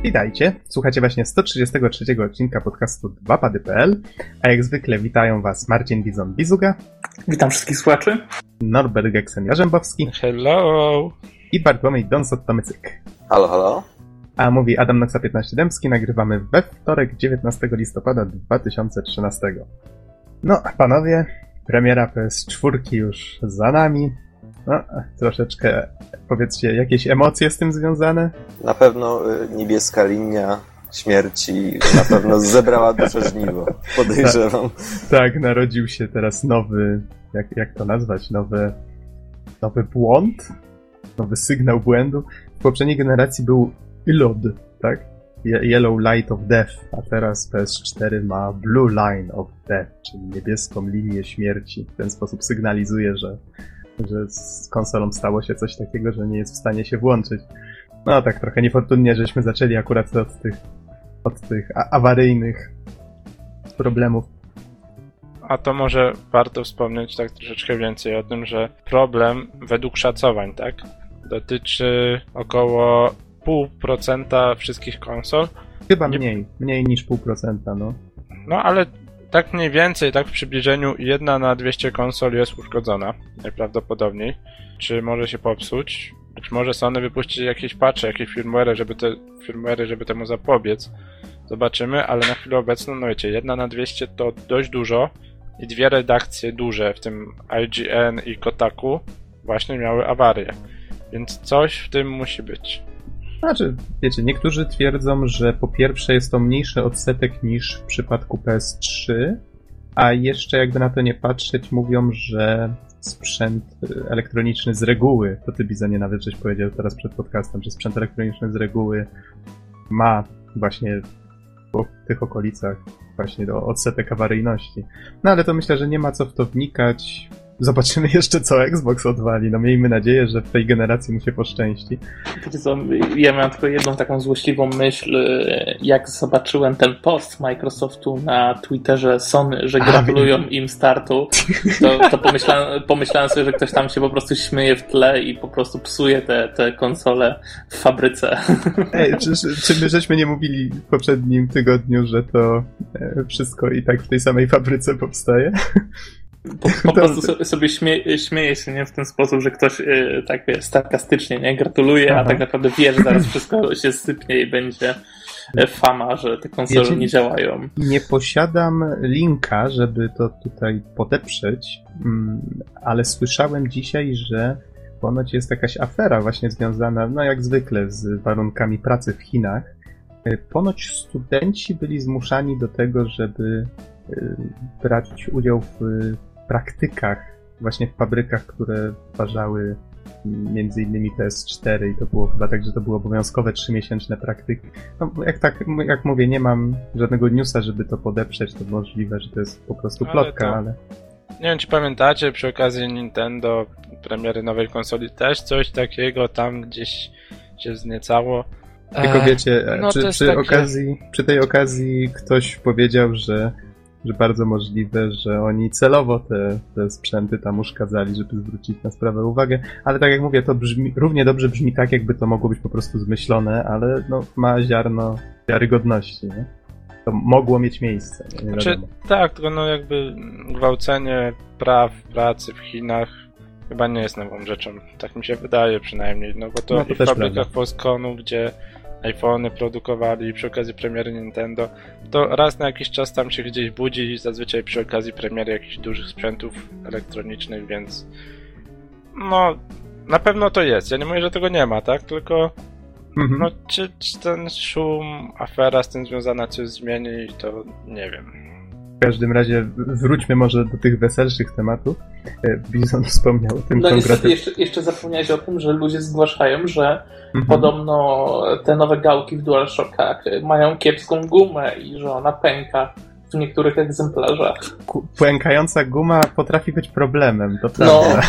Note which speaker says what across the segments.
Speaker 1: Witajcie, słuchacie właśnie 133 odcinka podcastu 2pady.pl, a jak zwykle witają was Marcin Bizon-Bizuga.
Speaker 2: Witam wszystkich słuchaczy.
Speaker 1: Norbert Geksen-Jarzębowski.
Speaker 3: Hello.
Speaker 1: I Bartłomiej Donsot-Tomycyk.
Speaker 4: Halo, halo.
Speaker 1: A mówi Adam Noxa 15 Dębski, nagrywamy we wtorek 19 listopada 2013. No, panowie, premiera PS4 już za nami. No, troszeczkę, powiedzcie, jakieś emocje z tym związane?
Speaker 4: Na pewno niebieska linia śmierci na pewno zebrała duże żniwo, podejrzewam.
Speaker 1: Tak, narodził się teraz nowy, jak to nazwać, nowy błąd? Nowy sygnał błędu. W poprzedniej generacji był ILOD, tak? Yellow Light of Death, a teraz PS4 ma Blue Line of Death, czyli niebieską linię śmierci. W ten sposób sygnalizuje, że z konsolą stało się coś takiego, że nie jest w stanie się włączyć. No tak trochę niefortunnie, żeśmy zaczęli akurat od tych awaryjnych problemów.
Speaker 3: A to może warto wspomnieć tak troszeczkę więcej o tym, że problem według szacowań, tak, dotyczy około 0,5% wszystkich konsol.
Speaker 1: Chyba mniej niż 0,5%, no.
Speaker 3: No ale tak mniej więcej, tak w przybliżeniu 1 na 200 konsol jest uszkodzona, najprawdopodobniej. Czy może się popsuć? Być może Sony wypuści jakieś patche, jakieś firmware'y, żeby temu zapobiec. Zobaczymy, ale na chwilę obecną, no wiecie, 1 na 200 to dość dużo i dwie redakcje duże, w tym IGN i Kotaku, właśnie miały awarię. Więc coś w tym musi być.
Speaker 1: Znaczy, wiecie, niektórzy twierdzą, że po pierwsze jest to mniejszy odsetek niż w przypadku PS3, a jeszcze jakby na to nie patrzeć, mówią, że sprzęt elektroniczny z reguły, to ty Bizonie nawet żeś powiedział teraz przed podcastem, że sprzęt elektroniczny z reguły ma właśnie w tych okolicach właśnie do odsetek awaryjności. No ale to myślę, że nie ma co w to wnikać. Zobaczymy jeszcze, co Xbox odwali. No miejmy nadzieję, że w tej generacji mu się poszczęści.
Speaker 2: Wiecie co, ja miałem tylko jedną taką złośliwą myśl, jak zobaczyłem ten post Microsoftu na Twitterze Sony, że gratulują im startu, to pomyślałem sobie, że ktoś tam się po prostu śmieje w tle i po prostu psuje te konsole w fabryce.
Speaker 1: Ej, czy my żeśmy nie mówili w poprzednim tygodniu, że to wszystko i tak w tej samej fabryce powstaje?
Speaker 2: Po prostu sobie śmieje się, nie, w ten sposób, że ktoś tak sarkastycznie, nie, gratuluje, a tak naprawdę wie, że zaraz wszystko się sypnie i będzie fama, że te konsole nie działają.
Speaker 1: Nie posiadam linka, żeby to tutaj podeprzeć, ale słyszałem dzisiaj, że ponoć jest jakaś afera właśnie związana, no jak zwykle, z warunkami pracy w Chinach. Ponoć studenci byli zmuszani do tego, żeby brać udział w praktykach właśnie w fabrykach, które wytwarzały między innymi PS4 i to było chyba tak, że to były obowiązkowe 3-miesięczne praktyki. No, jak mówię, nie mam żadnego newsa, żeby to podeprzeć, to możliwe, że to jest po prostu plotka, ale...
Speaker 3: Nie wiem, czy pamiętacie, przy okazji Nintendo, premiery nowej konsoli też coś takiego tam gdzieś się wzniecało.
Speaker 1: Tylko wiecie,
Speaker 3: no
Speaker 1: przy tej okazji ktoś powiedział, że bardzo możliwe, że oni celowo te sprzęty tam uszkadzali, żeby zwrócić na sprawę uwagę, ale tak jak mówię, to równie dobrze brzmi tak, jakby to mogło być po prostu zmyślone, ale no, ma ziarno wiarygodności, nie? To mogło mieć miejsce, nie wiadomo.
Speaker 3: Tak, tylko no jakby gwałcenie praw pracy w Chinach chyba nie jest nową rzeczą, tak mi się wydaje przynajmniej, no bo to i w fabrykach Foxconnu, gdzie iPhony produkowali przy okazji premiery Nintendo, to raz na jakiś czas tam się gdzieś budzi, zazwyczaj przy okazji premiery jakichś dużych sprzętów elektronicznych, więc no na pewno to jest. Ja nie mówię, że tego nie ma, tak? Tylko no czy ten szum, afera z tym związana coś zmieni, to nie wiem.
Speaker 1: W każdym razie wróćmy może do tych weselszych tematów. Bizon wspomniał o tym
Speaker 2: no jeszcze zapomniałeś o tym, że ludzie zgłaszają, że podobno te nowe gałki w DualShockach mają kiepską gumę i że ona pęka w niektórych egzemplarzach.
Speaker 1: Pękająca guma potrafi być problemem, to prawda.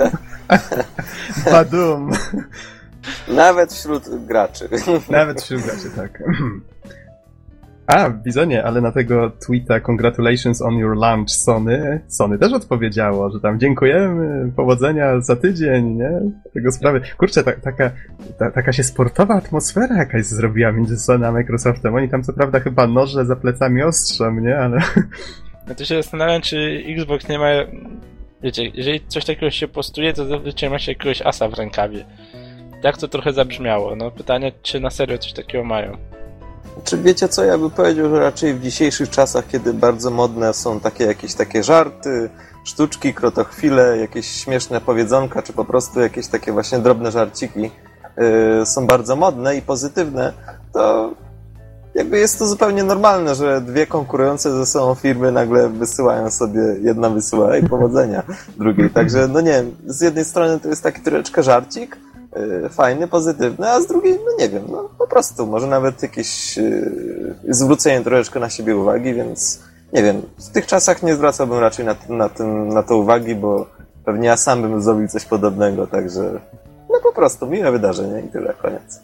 Speaker 1: Badum.
Speaker 4: Nawet wśród graczy.
Speaker 1: Nawet wśród graczy, tak. Bizonie, ale na tego tweeta congratulations on your launch Sony też odpowiedziało, że tam dziękujemy, powodzenia za tydzień, nie? Tego sprawy. Kurczę, taka się sportowa atmosfera jakaś zrobiła między Sony a Microsoftem. Oni tam co prawda chyba noże za plecami ostrzą, nie? Ale...
Speaker 3: No to się zastanawiam, czy Xbox nie ma... Wiecie, jeżeli coś takiego się postuje, to zazwyczaj ma się jakiegoś asa w rękawie. Tak to trochę zabrzmiało. No pytanie, czy na serio coś takiego mają.
Speaker 4: Czy wiecie co, ja bym powiedział, że raczej w dzisiejszych czasach, kiedy bardzo modne są jakieś takie żarty, sztuczki, krotochwile, jakieś śmieszne powiedzonka, czy po prostu jakieś takie właśnie drobne żarciki są bardzo modne i pozytywne, to jakby jest to zupełnie normalne, że dwie konkurujące ze sobą firmy nagle wysyłają sobie, jedna wysyła i powodzenia drugiej. Także no nie wiem, z jednej strony to jest taki troszeczkę żarcik, fajny, pozytywny, a z drugiej, no nie wiem, no po prostu, może nawet jakieś zwrócenie troszeczkę na siebie uwagi, więc nie wiem, w tych czasach nie zwracałbym raczej na to uwagi, bo pewnie ja sam bym zrobił coś podobnego, także no po prostu miłe wydarzenie i tyle, koniec.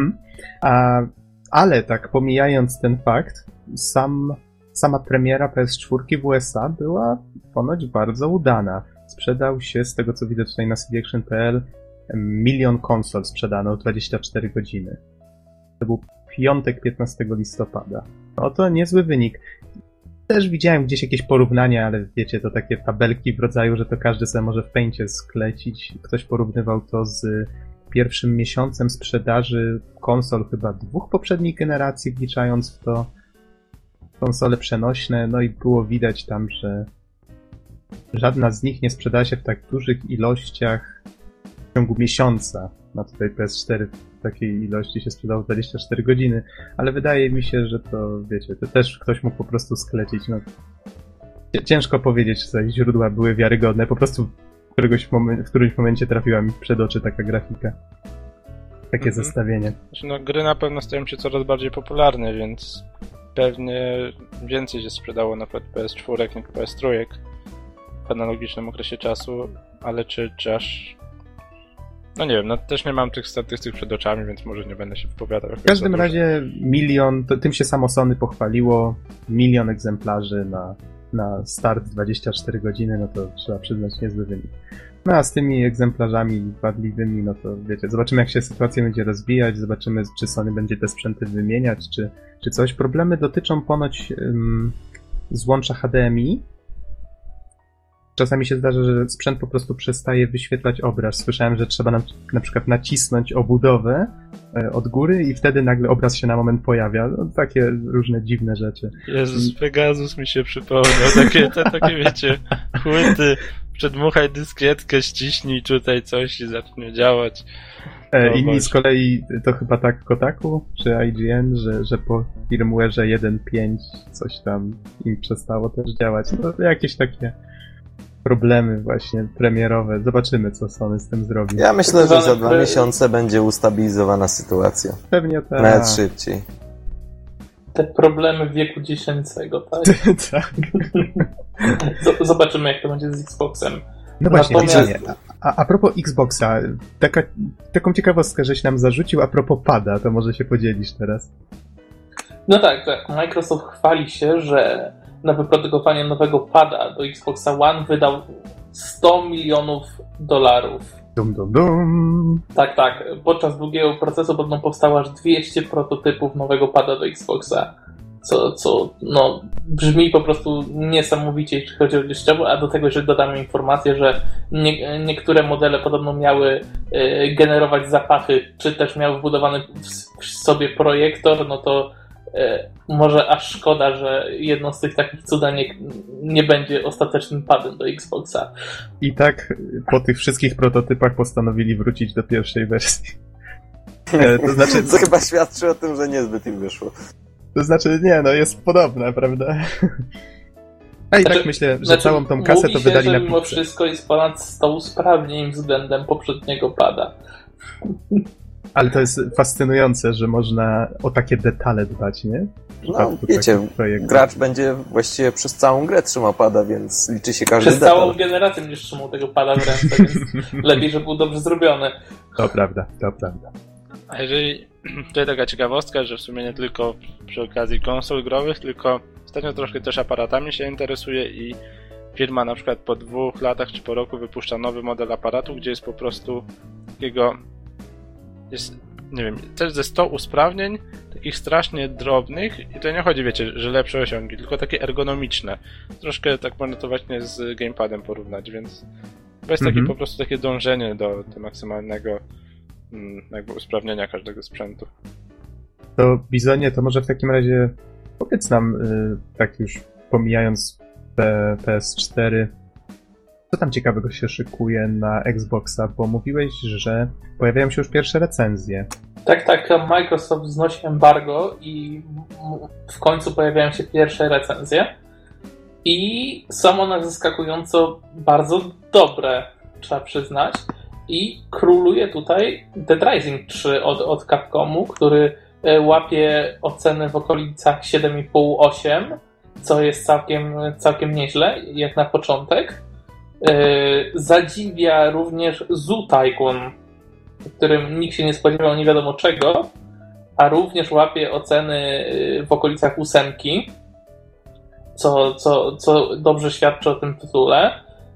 Speaker 1: Ale tak, pomijając ten fakt, sama premiera PS4 w USA była ponoć bardzo udana. Sprzedał się, z tego co widzę tutaj na cdaction.pl, 1 milion konsol sprzedano w 24 godziny. To był piątek 15 listopada. No to niezły wynik. Też widziałem gdzieś jakieś porównania, ale wiecie, to takie tabelki w rodzaju, że to każdy sobie może w Paincie sklecić. Ktoś porównywał to z pierwszym miesiącem sprzedaży konsol chyba 2 poprzednich generacji, wliczając w to konsole przenośne, no i było widać tam, że żadna z nich nie sprzedała się w tak dużych ilościach w ciągu miesiąca. No tutaj PS4 w takiej ilości się sprzedało 24 godziny, ale wydaje mi się, że to, wiecie, to też ktoś mógł po prostu sklecić. No, ciężko powiedzieć, czy te źródła były wiarygodne, po prostu w którymś momencie trafiła mi przed oczy taka grafika. Takie zestawienie.
Speaker 3: No, gry na pewno stają się coraz bardziej popularne, więc pewnie więcej się sprzedało na PS4 niż PS3 w analogicznym okresie czasu, ale czy aż... No nie wiem, no też nie mam tych statystyk przed oczami, więc może nie będę się wypowiadał.
Speaker 1: W każdym razie tym się samo Sony pochwaliło, 1 milion egzemplarzy na start 24 godziny, no to trzeba przyznać niezły wynik. No a z tymi egzemplarzami wadliwymi, no to wiecie, zobaczymy jak się sytuacja będzie rozwijać, zobaczymy czy Sony będzie te sprzęty wymieniać, czy coś. Problemy dotyczą ponoć złącza HDMI. Czasami się zdarza, że sprzęt po prostu przestaje wyświetlać obraz. Słyszałem, że trzeba na przykład nacisnąć obudowę od góry i wtedy nagle obraz się na moment pojawia. No, takie różne dziwne rzeczy.
Speaker 3: Jezus, Pegasus mi się przypomniał. Takie wiecie, płyty, przedmuchaj dyskietkę, ściśnij tutaj coś i zacznie działać.
Speaker 1: Inni z kolei to chyba tak Kotaku czy IGN, że po firmware'ze 1.5 coś tam im przestało też działać. No jakieś takie problemy właśnie premierowe. Zobaczymy, co Sony z tym zrobi.
Speaker 4: Ja myślę, że za 2 miesiące będzie ustabilizowana sytuacja.
Speaker 1: Pewnie tak.
Speaker 4: Nawet szybciej.
Speaker 2: Te problemy wieku dziecięcego, tak?
Speaker 1: Tak.
Speaker 2: Zobaczymy, jak to będzie z Xboxem.
Speaker 1: No właśnie, a propos Xboxa, taką ciekawostkę, żeś nam zarzucił a propos pada, to może się podzielisz teraz.
Speaker 2: No tak. Microsoft chwali się, że na wyprodukowanie nowego pada do Xboxa One wydał $100 milionów.
Speaker 1: Dum.
Speaker 2: Tak. Podczas długiego procesu będą powstało aż 200 prototypów nowego pada do Xboxa. Co no, brzmi po prostu niesamowicie, jeśli chodzi o ilościowo, a do tego, że dodamy informację, że niektóre modele podobno miały generować zapachy, czy też miały wbudowany w sobie projektor, no to może aż szkoda, że jedno z tych takich cuda nie będzie ostatecznym padem do Xboxa.
Speaker 1: I tak po tych wszystkich prototypach postanowili wrócić do pierwszej wersji.
Speaker 4: To znaczy... Co chyba świadczy o tym, że niezbyt im wyszło.
Speaker 1: To znaczy, jest podobna, prawda? A i tak myślę, że całą tą kasę to wydali na pizzę.
Speaker 2: Mimo wszystko jest ponad 100 usprawnień względem poprzedniego pada.
Speaker 1: Ale to jest fascynujące, że można o takie detale dbać, nie?
Speaker 4: No, wiecie, gracz będzie właściwie przez całą grę trzymał pada, więc liczy się każdy
Speaker 2: detal. Przez całą generację będziesz trzymał tego pada w ręce, więc lepiej, żeby był dobrze zrobiony.
Speaker 1: To prawda.
Speaker 3: A jeżeli, tutaj taka ciekawostka, że w sumie nie tylko przy okazji konsol growych, tylko ostatnio troszkę też aparatami się interesuje i firma na przykład po 2 latach czy po roku wypuszcza nowy model aparatu, gdzie jest po prostu takiego, jest, nie wiem, też ze 100 usprawnień, takich strasznie drobnych i to nie chodzi, wiecie, że lepsze osiągi, tylko takie ergonomiczne. Troszkę tak można to właśnie z gamepadem porównać, więc to jest takie po prostu takie dążenie do maksymalnego jakby usprawnienia każdego sprzętu.
Speaker 1: To Bizonie, to może w takim razie powiedz nam, tak już pomijając PS4, co tam ciekawego się szykuje na Xboxa, bo mówiłeś, że pojawiają się już pierwsze recenzje.
Speaker 2: Tak, Microsoft znosi embargo i w końcu pojawiają się pierwsze recenzje i są one zaskakująco bardzo dobre, trzeba przyznać. I króluje tutaj Dead Rising 3 od Capcomu, który łapie oceny w okolicach 7,5-8, co jest całkiem nieźle, jak na początek. Zadziwia również Zoo Tycoon, w którym nikt się nie spodziewał nie wiadomo czego, a również łapie oceny w okolicach 8, co dobrze świadczy o tym tytule.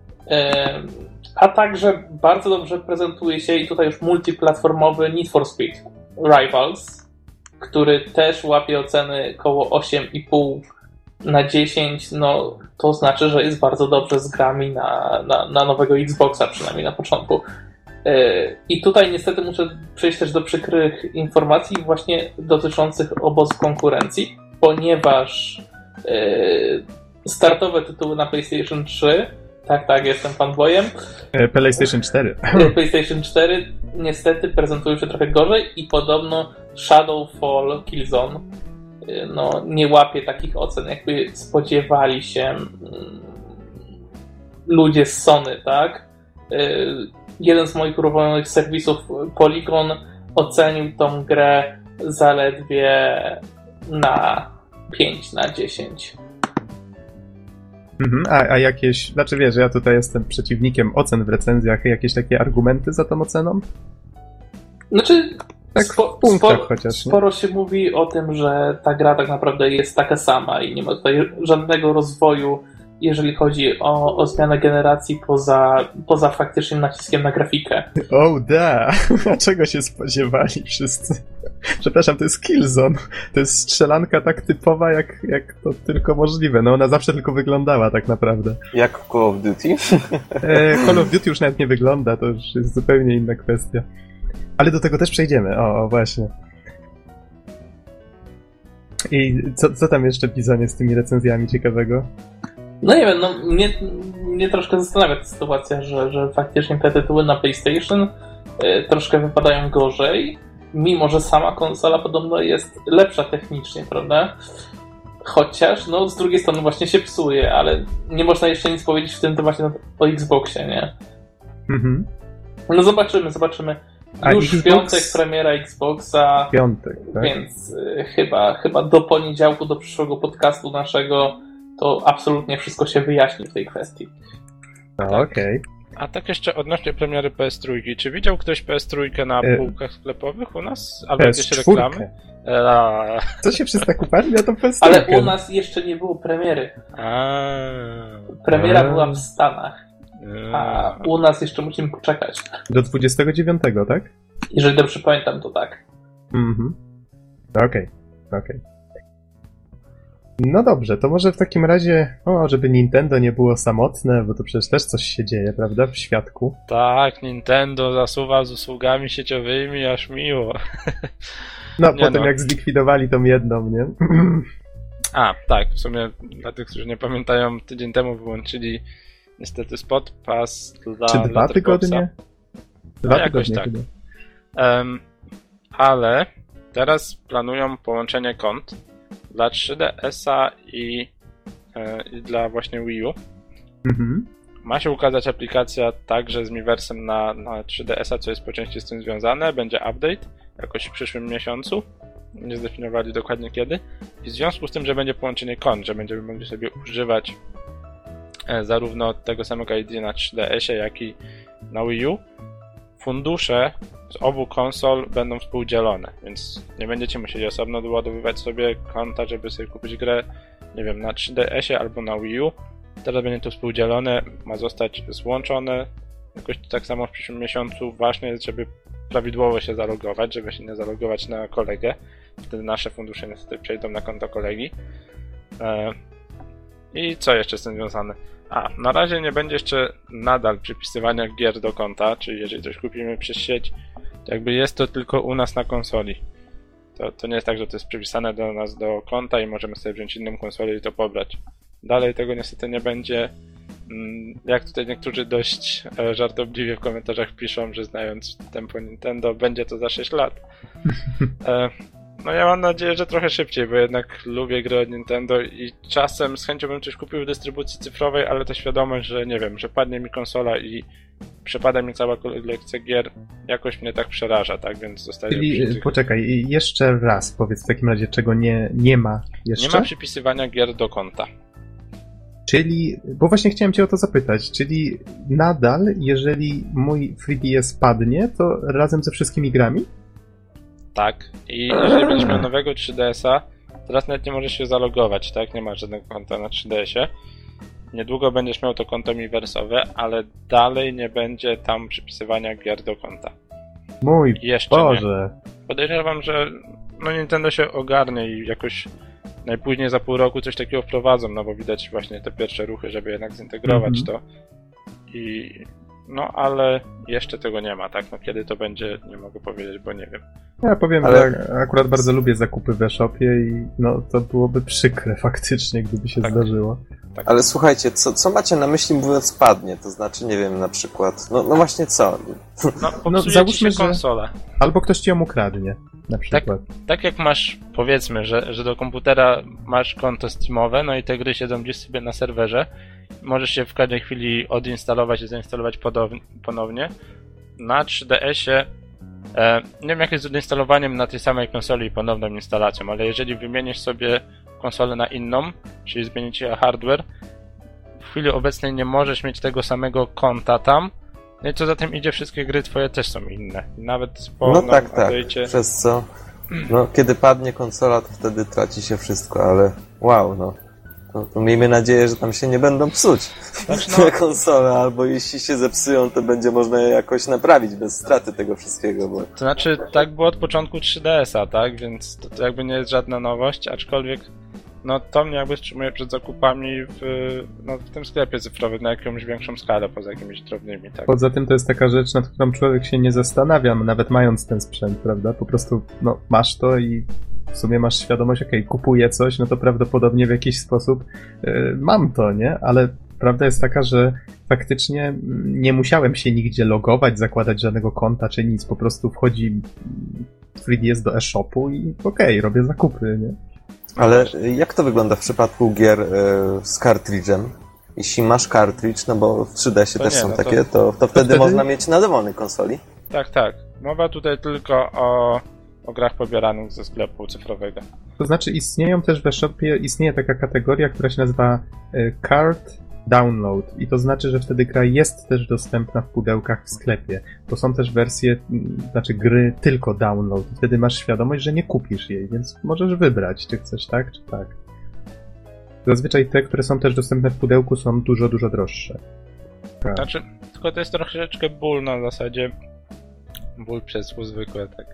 Speaker 2: A także bardzo dobrze prezentuje się i tutaj już multiplatformowy Need for Speed Rivals, który też łapie oceny koło 8,5 na 10, no to znaczy, że jest bardzo dobrze z grami na nowego Xboxa, przynajmniej na początku. I tutaj niestety muszę przejść też do przykrych informacji właśnie dotyczących obozu konkurencji, ponieważ startowe tytuły na PlayStation 3, tak, jestem fanboyem.
Speaker 1: PlayStation 4.
Speaker 2: PlayStation 4 niestety prezentują się trochę gorzej i podobno Shadowfall Killzone nie łapie takich ocen, jakby spodziewali się ludzie z Sony, tak? Jeden z moich ulubionych serwisów, Polygon, ocenił tą grę zaledwie na 5 na 10.
Speaker 1: A jakieś, znaczy wiesz, ja tutaj jestem przeciwnikiem ocen w recenzjach, jakieś takie argumenty za tą oceną?
Speaker 2: Znaczy,
Speaker 1: tak w punktach chociaż.
Speaker 2: Sporo się mówi o tym, że ta gra tak naprawdę jest taka sama i nie ma tutaj żadnego rozwoju, jeżeli chodzi o zmianę generacji poza faktycznym naciskiem na grafikę.
Speaker 1: A czego się spodziewali wszyscy? Przepraszam, to jest Killzone. To jest strzelanka tak typowa, jak to tylko możliwe. No ona zawsze tylko wyglądała tak naprawdę.
Speaker 4: Jak Call of Duty?
Speaker 1: Call of Duty już nawet nie wygląda, to już jest zupełnie inna kwestia. Ale do tego też przejdziemy. O właśnie. I co tam jeszcze Bizonie z tymi recenzjami ciekawego?
Speaker 2: No nie wiem, mnie troszkę zastanawia ta sytuacja, że faktycznie te tytuły na PlayStation troszkę wypadają gorzej, mimo że sama konsola podobno jest lepsza technicznie, prawda? Chociaż, z drugiej strony właśnie się psuje, ale nie można jeszcze nic powiedzieć w tym właśnie o Xboxie, nie?
Speaker 1: Mhm.
Speaker 2: No zobaczymy. Już w piątek premiera Xboxa,
Speaker 1: tak?
Speaker 2: Więc chyba do poniedziałku, do przyszłego podcastu naszego to absolutnie wszystko się wyjaśni w tej kwestii.
Speaker 1: Okej.
Speaker 3: A tak jeszcze odnośnie premiery PS3. Czy widział ktoś PS3 na półkach sklepowych u nas? Albo jakieś reklamy?
Speaker 1: Co się wszyscy tak uparli na tą PS3?
Speaker 2: Ale u nas jeszcze nie było premiery. Premiera była w Stanach. A u nas jeszcze musimy poczekać.
Speaker 1: Do 29, tak?
Speaker 2: Jeżeli dobrze pamiętam, to tak.
Speaker 1: Okej. No dobrze, to może w takim razie, żeby Nintendo nie było samotne, bo to przecież też coś się dzieje, prawda, w świadku.
Speaker 3: Tak, Nintendo zasuwa z usługami sieciowymi, aż miło.
Speaker 1: Potem jak zlikwidowali tą jedną, nie?
Speaker 3: Tak, w sumie dla tych, którzy nie pamiętają, tydzień temu wyłączyli niestety Spot Pass dla
Speaker 1: Czy 2 tygodnie? 2 tygodnie
Speaker 3: tak.
Speaker 1: chyba.
Speaker 3: Ale teraz planują połączenie kont dla 3DS-a i dla właśnie Wii U. Ma się ukazać aplikacja także z Miiversem na 3DS-a, co jest po części z tym związane. Będzie update jakoś w przyszłym miesiącu. Nie zdefiniowali dokładnie kiedy. I w związku z tym, że będzie połączenie kont, że będziemy mogli sobie używać zarówno tego samego ID na 3DS-ie, jak i na Wii U, fundusze, z obu konsol będą współdzielone, więc nie będziecie musieli osobno doładowywać sobie konta, żeby sobie kupić grę, nie wiem, na 3DS-ie albo na Wii U. Teraz będzie to współdzielone, ma zostać złączone jakoś tak samo w przyszłym miesiącu. Ważne jest, żeby prawidłowo się zalogować, żeby się nie zalogować na kolegę. Wtedy nasze fundusze niestety przejdą na konto kolegi. I co jeszcze z tym związane? Na razie nie będzie jeszcze nadal przypisywania gier do konta, czyli jeżeli coś kupimy przez sieć, to jakby jest to tylko u nas na konsoli. To nie jest tak, że to jest przypisane do nas do konta i możemy sobie wziąć inną konsolę i to pobrać. Dalej tego niestety nie będzie. Jak tutaj niektórzy dość żartobliwie w komentarzach piszą, że znając tempo Nintendo, będzie to za 6 lat. No ja mam nadzieję, że trochę szybciej, bo jednak lubię gry od Nintendo i czasem z chęcią bym coś kupił w dystrybucji cyfrowej, ale to świadomość, że nie wiem, że padnie mi konsola i przepada mi cała kolekcja gier, jakoś mnie tak przeraża, tak, więc zostaje...
Speaker 1: Czyli poczekaj, jeszcze raz powiedz w takim razie, czego nie ma jeszcze?
Speaker 3: Nie ma przypisywania gier do konta.
Speaker 1: Czyli, bo właśnie chciałem cię o to zapytać, czyli nadal, jeżeli mój 3DS padnie, to razem ze wszystkimi grami?
Speaker 3: Tak, i jeżeli będziesz miał nowego 3DS-a, teraz nawet nie możesz się zalogować, tak? Nie masz żadnego konta na 3DS-ie. Niedługo będziesz miał to konto miiverse'owe, ale dalej nie będzie tam przypisywania gier do konta.
Speaker 1: Mój Boże!
Speaker 3: Nie. Podejrzewam, że Nintendo się ogarnie i jakoś najpóźniej za pół roku coś takiego wprowadzą, no bo widać właśnie te pierwsze ruchy, żeby jednak zintegrować to. Ale jeszcze tego nie ma, tak? Kiedy to będzie, nie mogę powiedzieć, bo nie wiem.
Speaker 1: Ja powiem, że akurat bardzo lubię zakupy w e-shopie i to byłoby przykre faktycznie, gdyby się zdarzyło.
Speaker 4: Tak. Ale słuchajcie, co macie na myśli mówiąc padnie? To znaczy, nie wiem, na przykład, no właśnie co?
Speaker 3: Załóżmy, że konsolę.
Speaker 1: Albo ktoś ci ją ukradnie, na przykład.
Speaker 3: Tak jak masz, powiedzmy, że do komputera masz konto Steamowe, no i te gry siedzą gdzieś sobie na serwerze, możesz się w każdej chwili odinstalować i zainstalować ponownie. Na 3DS-ie nie wiem jak jest z odinstalowaniem na tej samej konsoli i ponowną instalacją, ale jeżeli wymienisz sobie konsolę na inną, czyli zmienicie hardware, w chwili obecnej nie możesz mieć tego samego konta tam, no i co za tym idzie, wszystkie gry twoje też są inne. Nawet po
Speaker 4: tak, przez co kiedy padnie konsola, to wtedy traci się wszystko, ale wow, to miejmy nadzieję, że tam się nie będą psuć te konsole, albo jeśli się zepsują, to będzie można je jakoś naprawić bez straty tego wszystkiego. Bo...
Speaker 3: To znaczy, tak było od początku 3DS-a, tak? Więc to jakby nie jest żadna nowość, aczkolwiek to mnie jakby wstrzymuje przed zakupami w tym sklepie cyfrowym na jakąś większą skalę, poza jakimiś drobnymi, tak?
Speaker 1: Poza tym to jest taka rzecz, nad którą człowiek się nie zastanawia, nawet mając ten sprzęt, prawda? Po prostu, masz to i w sumie masz świadomość, kupuję coś, to prawdopodobnie w jakiś sposób mam to, nie? Ale prawda jest taka, że faktycznie nie musiałem się nigdzie logować, zakładać żadnego konta czy nic, po prostu wchodzi 3DS do e-shopu i robię zakupy, nie?
Speaker 4: Ale jak to wygląda w przypadku gier z kartridżem? Jeśli masz kartridż, bo w 3DS-ie też są takie, to wtedy można mieć na dowolnej konsoli?
Speaker 3: Tak. Mowa tutaj tylko o grach pobieranych ze sklepu cyfrowego.
Speaker 1: To znaczy istnieją też w e-shopie, istnieje taka kategoria, która się nazywa Card Download i to znaczy, że wtedy gra jest też dostępna w pudełkach w sklepie. To są też wersje, gry tylko download. Wtedy masz świadomość, że nie kupisz jej, więc możesz wybrać, czy chcesz tak, czy tak. Zazwyczaj te, które są też dostępne w pudełku, są dużo, dużo droższe. Tak.
Speaker 3: Znaczy, tylko to jest troszeczkę ból na zasadzie ból przez zwykłe, tak.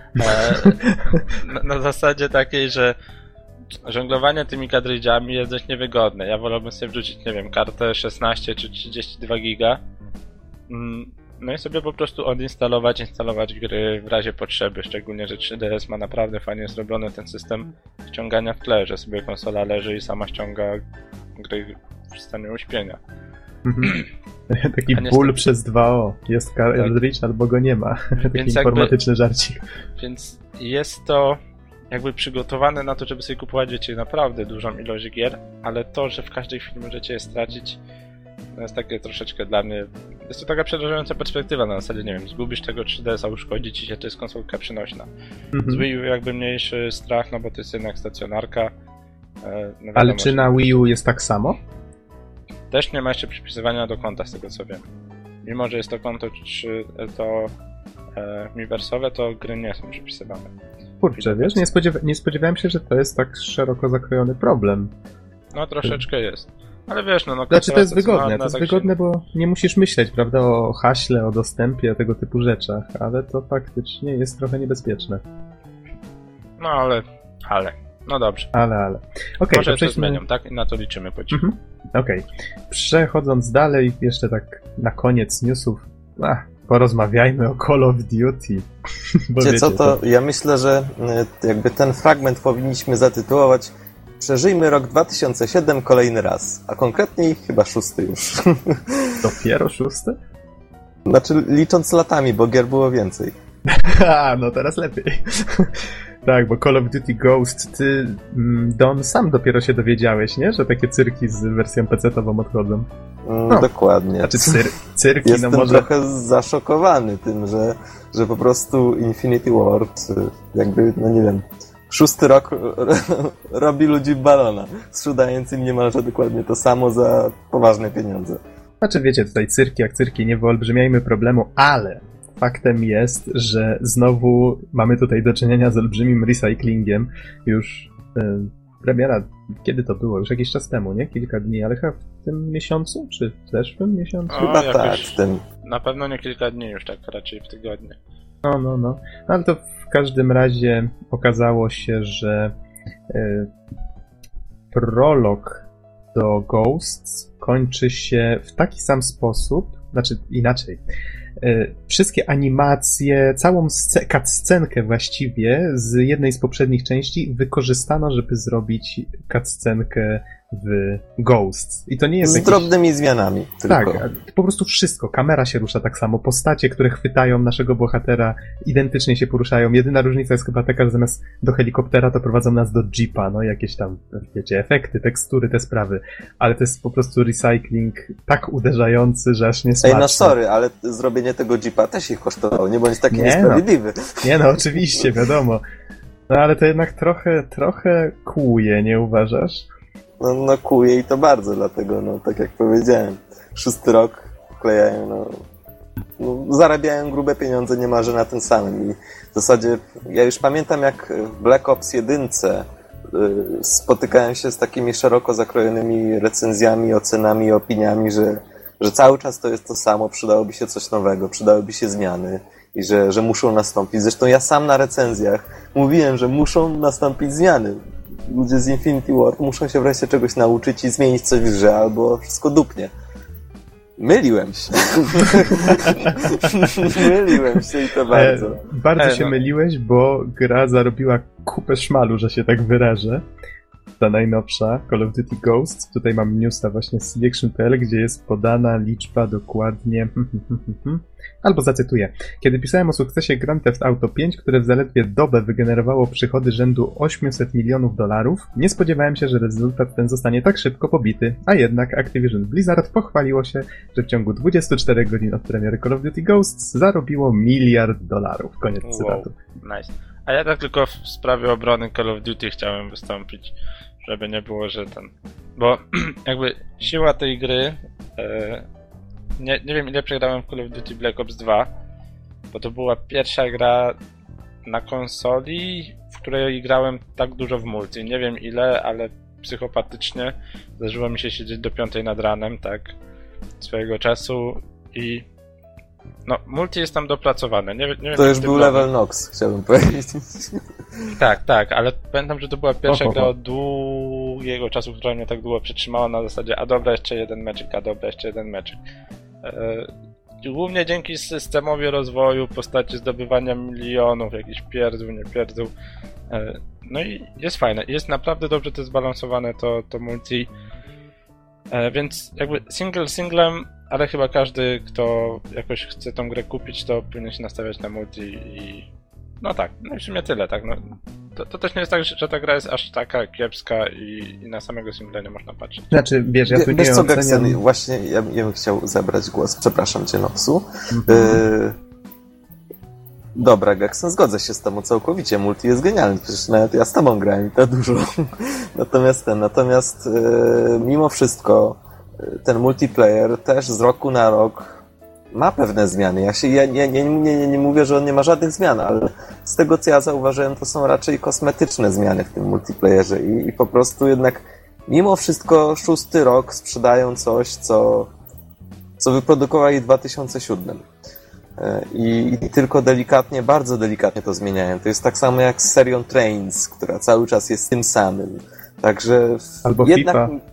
Speaker 3: Na zasadzie takiej, że żonglowanie tymi kartridżami jest dość niewygodne. Ja wolałbym sobie wrzucić, nie wiem, kartę 16 czy 32 giga. No i sobie po prostu instalować gry w razie potrzeby. Szczególnie, że 3DS ma naprawdę fajnie zrobiony ten system ściągania w tle, że sobie konsola leży i sama ściąga gry w stanie uśpienia.
Speaker 1: Taki ból przez 2O. Jest cartridge albo go nie ma. Taki informatyczny żarcik.
Speaker 3: Więc jest to jakby przygotowane na to, żeby sobie kupować, wiecie, naprawdę dużą ilość gier, ale to, że w każdej chwili możecie je stracić, jest takie troszeczkę dla mnie... Jest to taka przerażająca perspektywa na zasadzie, nie wiem, zgubisz tego 3DS-a, uszkodzi ci się, to jest konsolka przenośna. Z Wii U jakby mniejszy strach, bo to jest jednak stacjonarka.
Speaker 1: Ale czy na Wii U jest tak samo?
Speaker 3: Też nie ma jeszcze przypisywania do konta, z tego co wiem. Mimo, że jest to konto, to miiversowe, to gry nie są przypisywane.
Speaker 1: Kurczę, wiesz, nie spodziewałem się, że to jest tak szeroko zakrojony problem.
Speaker 3: No troszeczkę jest. Ale wiesz,
Speaker 1: Znaczy to jest wygodne, wygodne, bo nie musisz myśleć, prawda, o haśle, o dostępie, o tego typu rzeczach, ale to faktycznie jest trochę niebezpieczne.
Speaker 3: No ale. No dobrze.
Speaker 1: Ale. Okay,
Speaker 3: może to zmienią, tak? I na to liczymy po cichu.
Speaker 1: Okej. Przechodząc dalej, jeszcze tak na koniec newsów, porozmawiajmy o Call of Duty.
Speaker 4: Wiecie co, to ja myślę, że jakby ten fragment powinniśmy zatytułować Przeżyjmy rok 2007 kolejny raz, a konkretniej chyba 6 już.
Speaker 1: Dopiero 6?
Speaker 4: Znaczy licząc latami, bo gier było więcej.
Speaker 1: No teraz lepiej. Tak, bo Call of Duty Ghost, ty, Don, sam dopiero się dowiedziałeś, nie? Że takie cyrki z wersją PC-ową odchodzą.
Speaker 4: Dokładnie.
Speaker 1: Znaczy cyrki,
Speaker 4: Jestem
Speaker 1: może...
Speaker 4: trochę zaszokowany tym, że po prostu Infinity Ward, jakby, nie wiem, 6 rok robi ludzi balona, sprzedając im niemalże dokładnie to samo za poważne pieniądze.
Speaker 1: Znaczy wiecie, tutaj cyrki jak cyrki, nie wyolbrzymiajmy problemu, ale faktem jest, że znowu mamy tutaj do czynienia z olbrzymim recyklingiem. Już premiera, kiedy to było? Już jakiś czas temu, nie? Kilka dni, ale chyba w tym miesiącu? Czy w zeszłym miesiącu?
Speaker 4: Chyba tak, w tym.
Speaker 3: Na pewno nie kilka dni już, tak raczej w tygodniu.
Speaker 1: No, ale to w każdym razie okazało się, że prolog do Ghosts kończy się w taki sam sposób, znaczy inaczej. Wszystkie animacje, całą cutscenkę właściwie z jednej z poprzednich części wykorzystano, żeby zrobić cutscenkę w Ghosts. I to nie jest
Speaker 4: z drobnymi zmianami tylko.
Speaker 1: Tak, po prostu wszystko. Kamera się rusza tak samo. Postacie, które chwytają naszego bohatera, identycznie się poruszają. Jedyna różnica jest chyba taka, że zamiast do helikoptera to prowadzą nas do jeepa. No jakieś tam, wiecie, efekty, tekstury, te sprawy. Ale to jest po prostu recycling tak uderzający, że aż nie smaczne.
Speaker 4: No sorry, ale zrobienie tego jeepa też ich kosztowało. Nie bądź taki niesprawiedliwy.
Speaker 1: No oczywiście, wiadomo. No ale to jednak trochę kłuje, nie uważasz?
Speaker 4: No kłuje i to bardzo, dlatego, tak jak powiedziałem, 6 rok wklejają, zarabiają grube pieniądze niemalże na tym samym. I w zasadzie ja już pamiętam, jak w Black Ops 1 spotykałem się z takimi szeroko zakrojonymi recenzjami, ocenami i opiniami, że cały czas to jest to samo, przydałoby się coś nowego, przydałyby się zmiany i że muszą nastąpić. Zresztą ja sam na recenzjach mówiłem, że muszą nastąpić zmiany. Ludzie z Infinity Ward muszą się wreszcie czegoś nauczyć i zmienić coś w grze, albo wszystko dupnie. Myliłem się. Myliłem się i to bardzo.
Speaker 1: Bardzo się myliłeś, bo gra zarobiła kupę szmalu, że się tak wyrażę. Ta najnowsza, Call of Duty Ghosts. Tutaj mam newsa właśnie z CD-Action.pl, gdzie jest podana liczba dokładnie... Albo zacytuję. Kiedy pisałem o sukcesie Grand Theft Auto 5, które w zaledwie dobę wygenerowało przychody rzędu $800 milionów, nie spodziewałem się, że rezultat ten zostanie tak szybko pobity, a jednak Activision Blizzard pochwaliło się, że w ciągu 24 godzin od premiery Call of Duty Ghosts zarobiło $1 miliard. Koniec cytatu.
Speaker 3: Nice. A ja tak tylko w sprawie obrony Call of Duty chciałem wystąpić, żeby nie było, że bo jakby siła tej gry... Nie wiem, ile przegrałem w Call of Duty Black Ops 2, bo to była pierwsza gra na konsoli, w której grałem tak dużo w multi. Nie wiem ile, ale psychopatycznie zdarzyło mi się siedzieć do 5 nad ranem, tak, swojego czasu i multi jest tam dopracowane. Nie wiem,
Speaker 4: to już był level Nox, chciałbym powiedzieć.
Speaker 3: Tak, ale pamiętam, że to była pierwsza gra od długiego czasu, która mnie tak długo przetrzymała na zasadzie jeszcze jeden meczyk. Głównie dzięki systemowi rozwoju, postaci zdobywania milionów, jakichś pierdół, nie pierdół. No i jest fajne. Jest naprawdę dobrze to zbalansowane, to multi. Więc jakby singlem, ale chyba każdy, kto jakoś chce tą grę kupić, to powinien się nastawiać na multi i... No tak, no i w sumie tyle, tak, to też nie jest tak, że ta gra jest aż taka kiepska i na samego singla nie można patrzeć.
Speaker 1: Znaczy, wiesz, ja tu nie oceniam...
Speaker 4: Geksen, właśnie ja bym chciał zabrać głos, przepraszam cię, Nopsu. Dobra, Geksen, zgodzę się z tobą całkowicie, multi jest genialny, przecież nawet ja z tobą grałem i to dużo. Natomiast mimo wszystko ten multiplayer też z roku na rok ma pewne zmiany. Ja nie mówię, że on nie ma żadnych zmian, ale z tego, co ja zauważyłem, to są raczej kosmetyczne zmiany w tym multiplayerze i po prostu jednak mimo wszystko 6. rok sprzedają coś, co wyprodukowali w 2007. I tylko delikatnie, bardzo delikatnie to zmieniają. To jest tak samo jak z serią Trains, która cały czas jest tym samym. Także jednak FIFA.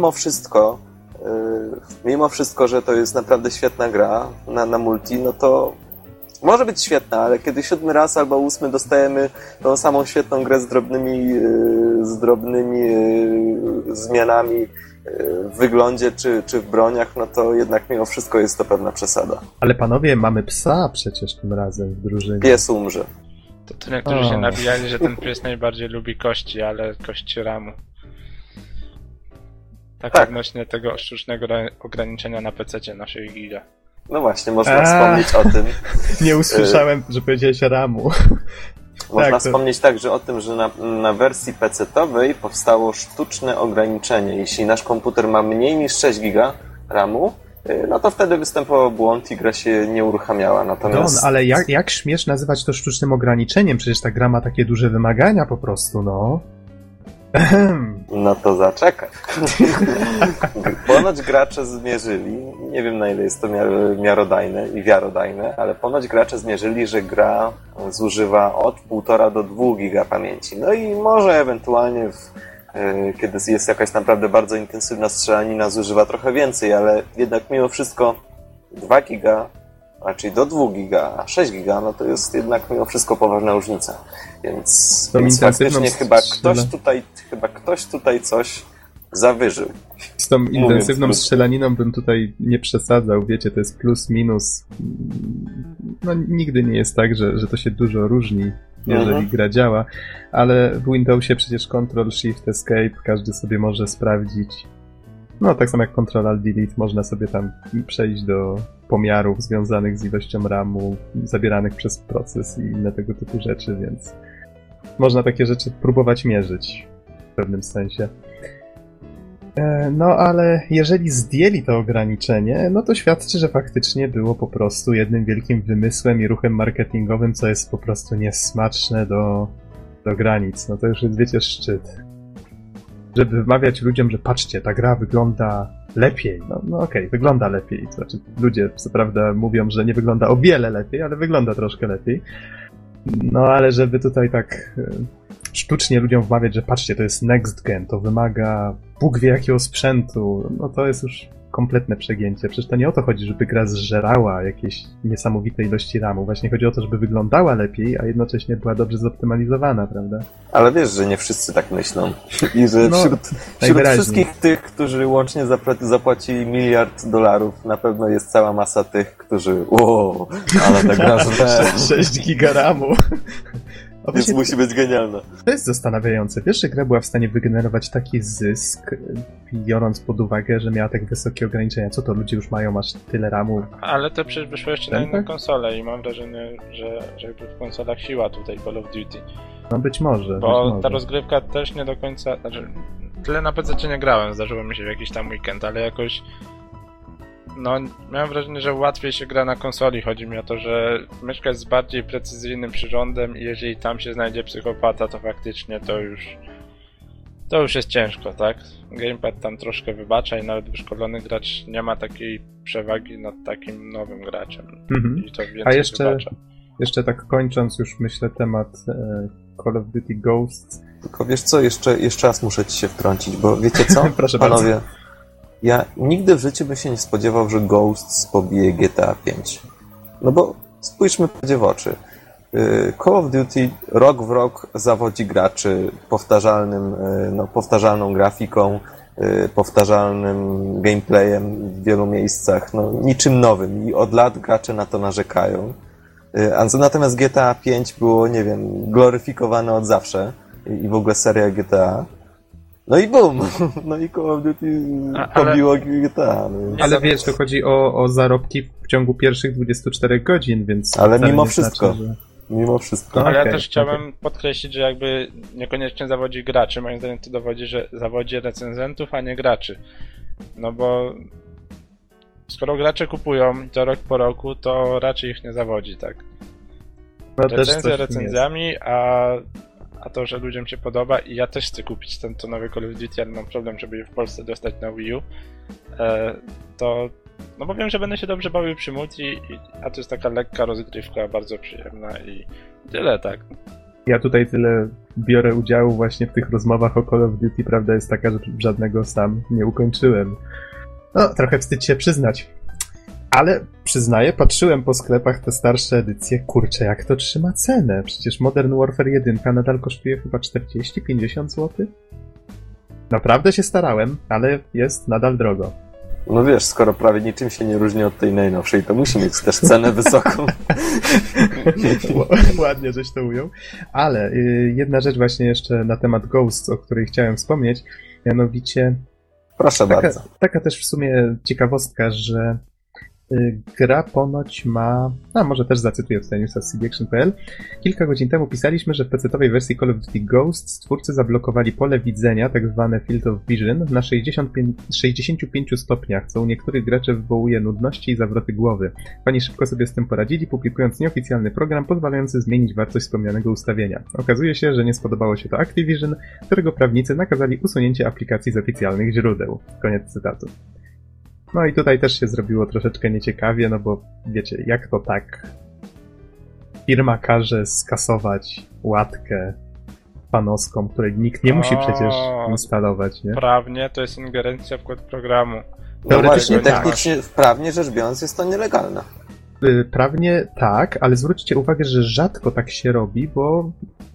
Speaker 4: Mimo wszystko, że to jest naprawdę świetna gra na multi, no to może być świetna, ale kiedy 7. raz albo 8 dostajemy tą samą świetną grę z drobnymi zmianami w wyglądzie czy w broniach, no to jednak mimo wszystko jest to pewna przesada.
Speaker 1: Ale panowie, mamy psa przecież tym razem w drużynie.
Speaker 4: Pies umrze.
Speaker 3: To niektórzy się nabijali, że ten pies najbardziej lubi kości, ale kości ramu. Tak. Odnośnie tego sztucznego ograniczenia na PC-cie na 6 giga.
Speaker 4: No właśnie, można wspomnieć o tym.
Speaker 1: Nie usłyszałem, że powiedziałeś ramu.
Speaker 4: Można wspomnieć także o tym, że na wersji PC-towej powstało sztuczne ograniczenie. Jeśli nasz komputer ma mniej niż 6 giga ramu, no to wtedy występował błąd i gra się nie uruchamiała. Natomiast...
Speaker 1: Don, ale jak śmiesz nazywać to sztucznym ograniczeniem? Przecież ta gra ma takie duże wymagania po prostu, no.
Speaker 4: No to zaczekaj. Ponoć gracze zmierzyli, nie wiem na ile jest to miarodajne i wiarodajne, ale ponoć gracze zmierzyli, że gra zużywa od 1,5 do 2 giga pamięci. No i może ewentualnie kiedy jest jakaś naprawdę bardzo intensywna strzelanina, zużywa trochę więcej, ale jednak mimo wszystko 2 giga, czyli do 2 giga, a 6 giga, no to jest jednak mimo wszystko poważna różnica. Więc faktycznie chyba ktoś tutaj coś zawyżył.
Speaker 1: Z tą intensywną strzelaniną bym tutaj nie przesadzał, wiecie, to jest plus, minus. No nigdy nie jest tak, że to się dużo różni, jeżeli gra działa, ale w Windowsie przecież Ctrl, Shift, Escape każdy sobie może sprawdzić. No tak samo jak Ctrl, Alt, Delete, można sobie tam przejść do pomiarów związanych z ilością RAMu, zabieranych przez proces i inne tego typu rzeczy, więc można takie rzeczy próbować mierzyć w pewnym sensie. No ale jeżeli zdjęli to ograniczenie, no to świadczy, że faktycznie było po prostu jednym wielkim wymysłem i ruchem marketingowym, co jest po prostu niesmaczne do granic. No to już jest, wiecie, szczyt. Żeby wmawiać ludziom, że patrzcie, ta gra wygląda lepiej. No okej, wygląda lepiej. Znaczy, ludzie co prawda mówią, że nie wygląda o wiele lepiej, ale wygląda troszkę lepiej. No ale żeby tutaj tak sztucznie ludziom wmawiać, że patrzcie, to jest next gen, to wymaga Bóg wie jakiego sprzętu, no to jest już kompletne przegięcie. Przecież to nie o to chodzi, żeby gra zżerała jakieś niesamowite ilości RAMu. Właśnie chodzi o to, żeby wyglądała lepiej, a jednocześnie była dobrze zoptymalizowana, prawda?
Speaker 4: Ale wiesz, że nie wszyscy tak myślą. I że wśród wszystkich tych, którzy łącznie zapłacili $1 miliard, na pewno jest cała masa tych, którzy ale ta gra
Speaker 1: 6 giga RAMu.
Speaker 4: Więc musi być genialna.
Speaker 1: To jest zastanawiające. Wiesz, że gra była w stanie wygenerować taki zysk, biorąc pod uwagę, że miała tak wysokie ograniczenia. Co to, ludzie już mają aż tyle RAMu?
Speaker 3: Ale to przecież wyszło jeszcze na inne konsole i mam wrażenie, że jakby w konsolach siła tutaj Call of Duty.
Speaker 1: No być może.
Speaker 3: Bo ta rozgrywka też nie do końca... Znaczy, tyle na PC nie grałem, zdarzyło mi się w jakiś tam weekend, ale jakoś... No, miałem wrażenie, że łatwiej się gra na konsoli. Chodzi mi o to, że myszka jest z bardziej precyzyjnym przyrządem i jeżeli tam się znajdzie psychopata, to faktycznie to już jest ciężko, tak? Gamepad tam troszkę wybacza i nawet wyszkolony gracz nie ma takiej przewagi nad takim nowym graczem. I to więcej wybacza.
Speaker 1: Jeszcze tak kończąc już myślę temat Call of Duty Ghosts.
Speaker 4: Tylko wiesz co, jeszcze raz muszę ci się wtrącić, bo wiecie co?
Speaker 1: Proszę
Speaker 4: panowie,
Speaker 1: bardzo.
Speaker 4: Ja nigdy w życiu bym się nie spodziewał, że Ghosts pobije GTA 5. No bo spójrzmy prawdzie w oczy. Call of Duty rok w rok zawodzi graczy powtarzalną grafiką, powtarzalnym gameplayem w wielu miejscach, niczym nowym i od lat gracze na to narzekają. Natomiast GTA 5 było, nie wiem, gloryfikowane od zawsze i w ogóle seria GTA. No i boom! No i Call of Duty pobiło GTA.
Speaker 1: Ale wiesz, to chodzi o zarobki w ciągu pierwszych 24 godzin, więc...
Speaker 4: Ale mimo wszystko. Znaczy, że... Mimo wszystko.
Speaker 3: Ale ja też chciałem podkreślić, że jakby niekoniecznie zawodzi graczy. Moim zdaniem to dowodzi, że zawodzi recenzentów, a nie graczy. No bo skoro gracze kupują i to rok po roku, to raczej ich nie zawodzi, tak?
Speaker 1: No
Speaker 3: Recenzje recenzjami, a to, że ludziom się podoba i ja też chcę kupić to nowe Call of Duty, ale mam problem, żeby je w Polsce dostać na Wii U, to no bo wiem, że będę się dobrze bawił przy multi, a to jest taka lekka rozgrywka, bardzo przyjemna i tyle, tak.
Speaker 1: Ja tutaj tyle biorę udziału właśnie w tych rozmowach o Call of Duty. Prawda jest taka, że żadnego sam nie ukończyłem. No, trochę wstyd się przyznać. Ale przyznaję, patrzyłem po sklepach te starsze edycje, kurczę, jak to trzyma cenę. Przecież Modern Warfare 1 nadal kosztuje chyba 40-50 zł. Naprawdę się starałem, ale jest nadal drogo.
Speaker 4: No wiesz, skoro prawie niczym się nie różni od tej najnowszej, to musi mieć też cenę wysoką.
Speaker 1: Ładnie żeś to ujął. Ale jedna rzecz właśnie jeszcze na temat Ghosts, o której chciałem wspomnieć, mianowicie
Speaker 4: proszę bardzo.
Speaker 1: Taka też w sumie ciekawostka, że gra ponoć ma... może też zacytuję tutaj newsa z cdaction.pl. Kilka godzin temu pisaliśmy, że w PC-owej wersji Call of Duty Ghosts twórcy zablokowali pole widzenia, tak zwane Field of Vision, na 65 stopniach, co u niektórych graczy wywołuje nudności i zawroty głowy. Fani szybko sobie z tym poradzili, publikując nieoficjalny program pozwalający zmienić wartość wspomnianego ustawienia. Okazuje się, że nie spodobało się to Activision, którego prawnicy nakazali usunięcie aplikacji z oficjalnych źródeł. Koniec cytatu. No i tutaj też się zrobiło troszeczkę nieciekawie, no bo wiecie, jak to tak? Firma każe skasować łatkę fanowską, której nikt nie musi przecież instalować, nie?
Speaker 3: Prawnie to jest ingerencja w kod programu.
Speaker 4: No właśnie, technicznie, prawnie rzecz biorąc jest to nielegalne.
Speaker 1: Prawnie tak, ale zwróćcie uwagę, że rzadko tak się robi, bo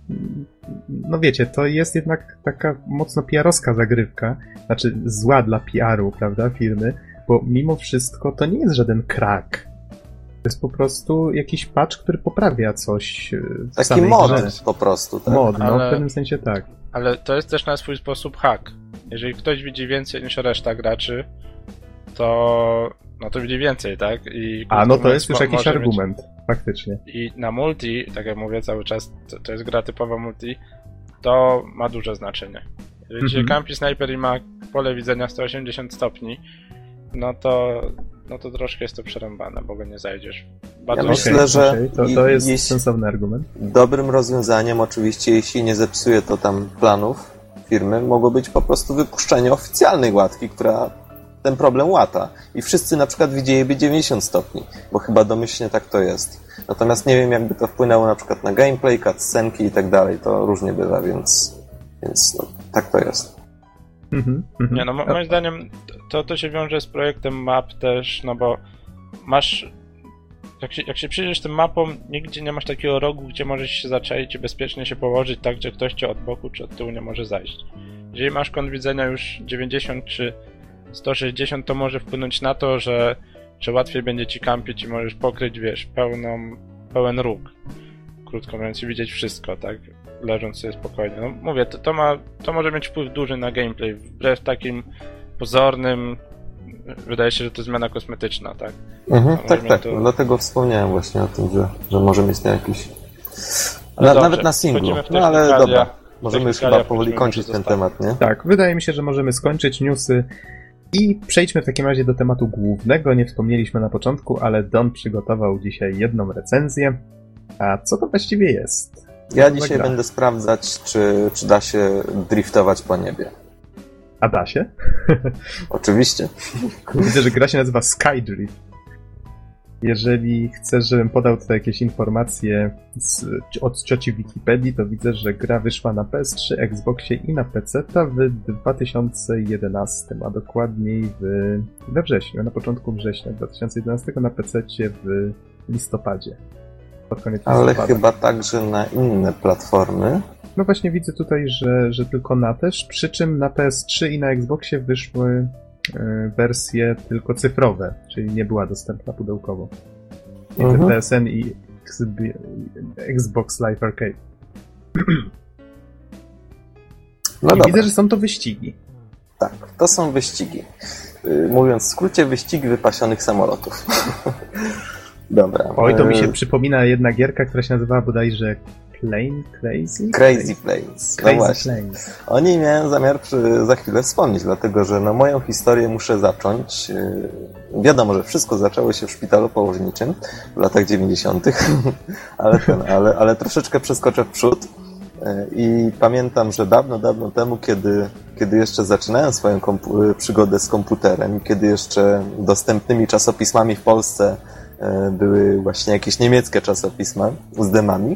Speaker 1: no wiecie, to jest jednak taka mocno PR-owska zagrywka, znaczy zła dla PR-u, prawda, firmy, bo mimo wszystko to nie jest żaden crack. To jest po prostu jakiś patch, który poprawia coś w
Speaker 4: taki
Speaker 1: samej
Speaker 4: mod
Speaker 1: grze.
Speaker 4: po prostu. Tak?
Speaker 1: Mod, no w pewnym sensie tak.
Speaker 3: Ale to jest też na swój sposób hack. Jeżeli ktoś widzi więcej niż reszta graczy, to widzi więcej, tak?
Speaker 1: No to jest już jakiś argument, faktycznie.
Speaker 3: I na multi, tak jak mówię cały czas, to jest gra typowa multi, to ma duże znaczenie. Jeżeli się kampi snajper i ma pole widzenia 180 stopni, no to troszkę jest to przerąbane, bo go nie zajdziesz.
Speaker 4: Ja myślę, że
Speaker 1: to jest sensowny argument.
Speaker 4: Dobrym rozwiązaniem oczywiście, jeśli nie zepsuje to tam planów firmy, mogło być po prostu wypuszczenie oficjalnej łatki, która ten problem łata. I wszyscy na przykład widzieliby 90 stopni, bo chyba domyślnie tak to jest. Natomiast nie wiem, jakby to wpłynęło na przykład na gameplay, cutscenki i tak dalej. To różnie bywa, więc no, tak to jest.
Speaker 3: Nie, no moim zdaniem to się wiąże z projektem map też, no bo masz... Jak się przyjrzysz tym mapom, nigdzie nie masz takiego rogu, gdzie możesz się zaczaić i bezpiecznie się położyć tak, że ktoś cię od boku czy od tyłu nie może zajść. Jeżeli masz kąt widzenia już 90 czy 160, to może wpłynąć na to, że łatwiej będzie ci kampić i możesz pokryć, wiesz, pełen róg. Krótko mówiąc, i widzieć wszystko, tak? Leżąc sobie spokojnie. No mówię, to może mieć wpływ duży na gameplay, wbrew takim pozornym. Wydaje się, że to zmiana kosmetyczna, tak?
Speaker 4: Tak. To... Dlatego wspomniałem właśnie o tym, że może mieć na jakiś... Nawet na singlu. No ale dobra. Możemy już chyba powoli kończyć ten temat, nie?
Speaker 1: Tak, wydaje mi się, że możemy skończyć newsy i przejdźmy w takim razie do tematu głównego. Nie wspomnieliśmy na początku, ale Don przygotował dzisiaj jedną recenzję. A co to właściwie jest?
Speaker 4: Ja dzisiaj będę sprawdzać, czy da się driftować po niebie.
Speaker 1: A da się?
Speaker 4: Oczywiście.
Speaker 1: Widzę, że gra się nazywa Skydrift. Jeżeli chcesz, żebym podał tutaj jakieś informacje od cioci Wikipedii, to widzę, że gra wyszła na PS3, Xboxie i na PC-ta w 2011, a dokładniej we wrześniu, na początku września 2011, na PC-cie w listopadzie. Pod koniec listopada.
Speaker 4: Ale chyba także na inne platformy.
Speaker 1: No właśnie widzę tutaj, że tylko na też, przy czym na PS3 i na Xboxie wyszły wersje tylko cyfrowe, czyli nie była dostępna pudełkowo. PSN i Xbox Live Arcade.
Speaker 4: No
Speaker 1: I widzę, że są to wyścigi.
Speaker 4: Tak, to są wyścigi. Mówiąc w skrócie, wyścigi wypasionych samolotów. Dobra.
Speaker 1: Oj, to mi się przypomina jedna gierka, która się nazywała bodajże
Speaker 4: Crazy Planes. No właśnie. O niej miałem zamiar za chwilę wspomnieć, dlatego że moją historię muszę zacząć. Wiadomo, że wszystko zaczęło się w szpitalu położniczym w latach 90., ale troszeczkę przeskoczę w przód. I pamiętam, że dawno temu, kiedy jeszcze zaczynałem swoją przygodę z komputerem i kiedy jeszcze dostępnymi czasopismami w Polsce były właśnie jakieś niemieckie czasopisma z demami,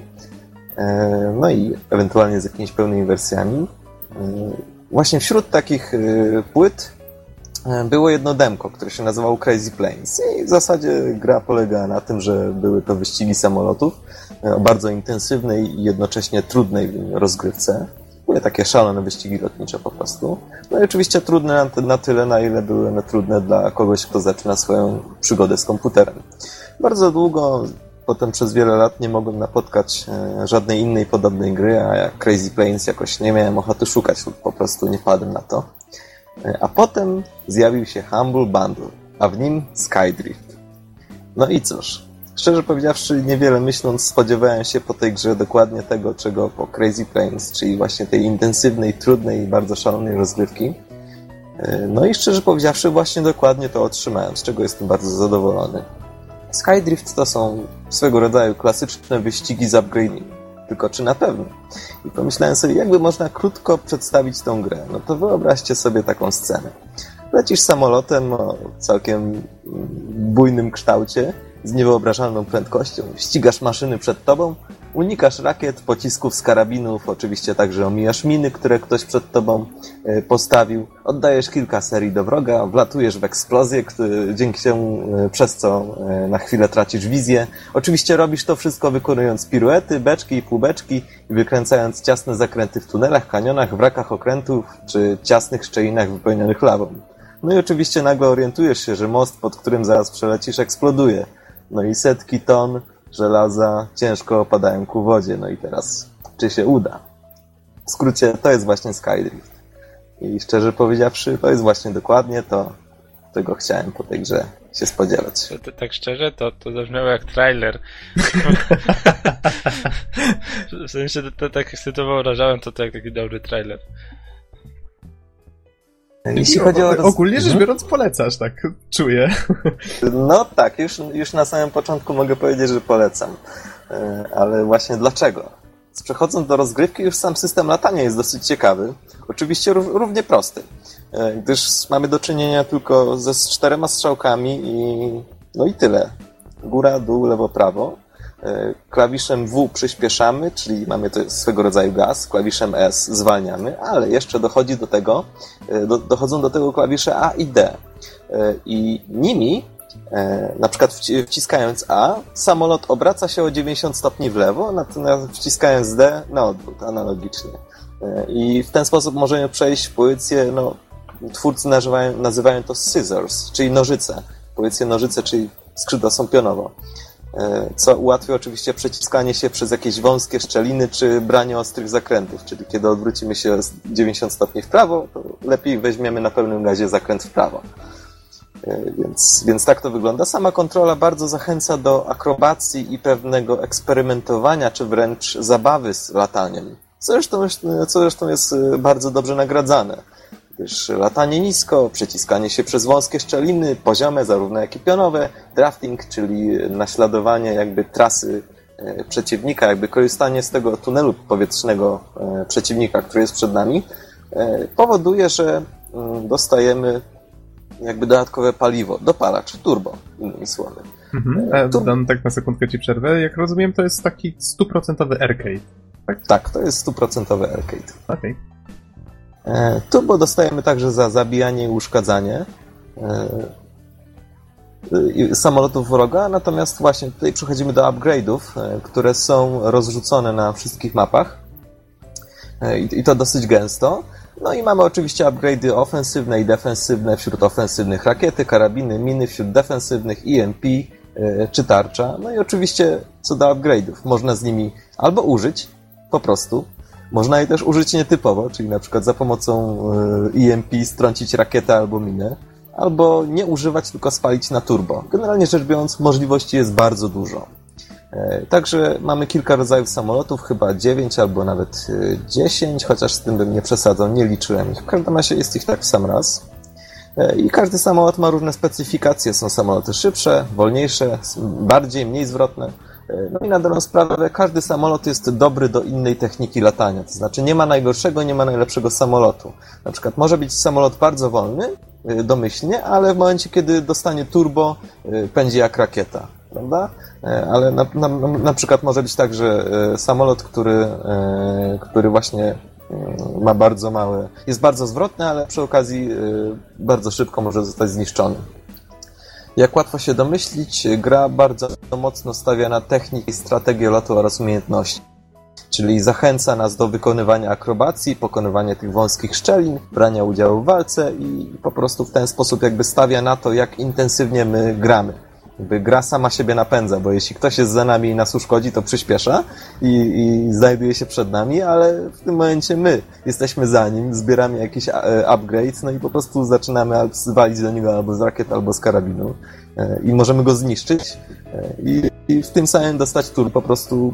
Speaker 4: no i ewentualnie z jakimiś pełnymi wersjami. Właśnie wśród takich płyt było jedno demko, które się nazywało Crazy Planes. I w zasadzie gra polegała na tym, że były to wyścigi samolotów o bardzo intensywnej i jednocześnie trudnej rozgrywce. Były takie szalone wyścigi lotnicze po prostu. No i oczywiście trudne na tyle, na ile były one trudne dla kogoś, kto zaczyna swoją przygodę z komputerem. Bardzo długo, potem przez wiele lat nie mogłem napotkać żadnej innej podobnej gry, a jak Crazy Planes jakoś nie miałem ochoty szukać lub po prostu nie padłem na to. A potem zjawił się Humble Bundle, a w nim Skydrift. No i cóż, szczerze powiedziawszy, niewiele myśląc spodziewałem się po tej grze dokładnie tego, czego po Crazy Planes, czyli właśnie tej intensywnej, trudnej i bardzo szalonej rozgrywki. No i szczerze powiedziawszy, właśnie dokładnie to otrzymałem, z czego jestem bardzo zadowolony. Skydrift to są swego rodzaju klasyczne wyścigi z upgrading. Tylko czy na pewno? I pomyślałem sobie, jakby można krótko przedstawić tą grę. No to wyobraźcie sobie taką scenę. Lecisz samolotem o całkiem bujnym kształcie, z niewyobrażalną prędkością, ścigasz maszyny przed tobą, unikasz rakiet, pocisków z karabinów, oczywiście także omijasz miny, które ktoś przed tobą postawił, oddajesz kilka serii do wroga, wlatujesz w eksplozję, dzięki czemu przez co na chwilę tracisz wizję. Oczywiście robisz to wszystko wykonując piruety, beczki i półbeczki i wykręcając ciasne zakręty w tunelach, kanionach, wrakach okrętów czy ciasnych szczelinach wypełnionych lawą. No i oczywiście nagle orientujesz się, że most, pod którym zaraz przelecisz, eksploduje. No i setki ton żelaza ciężko opadają ku wodzie. No i teraz, czy się uda? W skrócie, to jest właśnie Skydrift. I szczerze powiedziawszy, to jest właśnie dokładnie to, czego chciałem po tej grze się spodziewać.
Speaker 3: Tak szczerze, to zabrzmiało jak trailer. W sensie, tak jak sobie to wyobrażałem, to jak taki dobry trailer.
Speaker 1: Jeśli chodzi o ogólnie rzecz biorąc, polecasz, tak czuję.
Speaker 4: No tak, już na samym początku mogę powiedzieć, że polecam. Ale właśnie dlaczego? Przechodząc do rozgrywki, już sam system latania jest dosyć ciekawy. Oczywiście równie prosty, gdyż mamy do czynienia tylko ze 4 strzałkami i tyle. Góra, dół, lewo, prawo. Klawiszem W przyspieszamy, czyli mamy to swego rodzaju gaz, klawiszem S zwalniamy, ale jeszcze dochodzą do tego klawisze A i D. I nimi, na przykład wciskając A, samolot obraca się o 90 stopni w lewo, natomiast wciskając D na odwrót, analogicznie. I w ten sposób możemy przejść pozycję, twórcy nazywają to scissors, czyli nożyce. Pozycję nożyce, czyli skrzydła są pionowo. Co ułatwia oczywiście przeciskanie się przez jakieś wąskie szczeliny czy branie ostrych zakrętów, czyli kiedy odwrócimy się 90 stopni w prawo, to lepiej weźmiemy na pełnym gazie zakręt w prawo. Więc tak to wygląda. Sama kontrola bardzo zachęca do akrobacji i pewnego eksperymentowania, czy wręcz zabawy z lataniem. Co zresztą jest bardzo dobrze nagradzane. Gdyż latanie nisko, przeciskanie się przez wąskie szczeliny, poziome, zarówno jak i pionowe, drafting, czyli naśladowanie jakby trasy przeciwnika, jakby korzystanie z tego tunelu powietrznego przeciwnika, który jest przed nami, powoduje, że dostajemy jakby dodatkowe paliwo, dopalacz, turbo, innymi słowy.
Speaker 1: Dam tak na sekundkę ci przerwę. Jak rozumiem, to jest taki 100% arcade, tak?
Speaker 4: Tak, to jest 100% arcade.
Speaker 1: Okej.
Speaker 4: Turbo dostajemy także za zabijanie i uszkadzanie samolotów wroga, natomiast właśnie tutaj przechodzimy do upgrade'ów, które są rozrzucone na wszystkich mapach i to dosyć gęsto. No i mamy oczywiście upgrade'y ofensywne i defensywne, wśród ofensywnych rakiety, karabiny, miny, wśród defensywnych EMP czy tarcza. No i oczywiście co do upgrade'ów, można z nimi albo użyć po prostu, można je też użyć nietypowo, czyli na przykład za pomocą EMP strącić rakietę albo minę, albo nie używać, tylko spalić na turbo. Generalnie rzecz biorąc, możliwości jest bardzo dużo. Także mamy kilka rodzajów samolotów, chyba 9 albo nawet 10, chociaż z tym bym nie przesadzał, nie liczyłem ich. W każdym razie jest ich tak w sam raz. I każdy samolot ma różne specyfikacje. Są samoloty szybsze, wolniejsze, bardziej, mniej zwrotne. No i na dobrą sprawę każdy samolot jest dobry do innej techniki latania. To znaczy nie ma najgorszego, nie ma najlepszego samolotu. Na przykład może być samolot bardzo wolny, domyślnie, ale w momencie, kiedy dostanie turbo, pędzi jak rakieta. Prawda? Ale na przykład może być tak, że samolot, który właśnie ma bardzo małe, jest bardzo zwrotny, ale przy okazji bardzo szybko może zostać zniszczony. Jak łatwo się domyślić, gra bardzo mocno stawia na technikę i strategię lotu oraz umiejętności. Czyli zachęca nas do wykonywania akrobacji, pokonywania tych wąskich szczelin, brania udziału w walce i po prostu w ten sposób jakby stawia na to, jak intensywnie my gramy. Jakby gra sama siebie napędza, bo jeśli ktoś jest za nami i nas uszkodzi, to przyspiesza i znajduje się przed nami, ale w tym momencie my jesteśmy za nim, zbieramy jakiś upgrade, no i po prostu zaczynamy walić do niego albo z rakiet, albo z karabinu i możemy go zniszczyć i w tym samym dostać tur, po prostu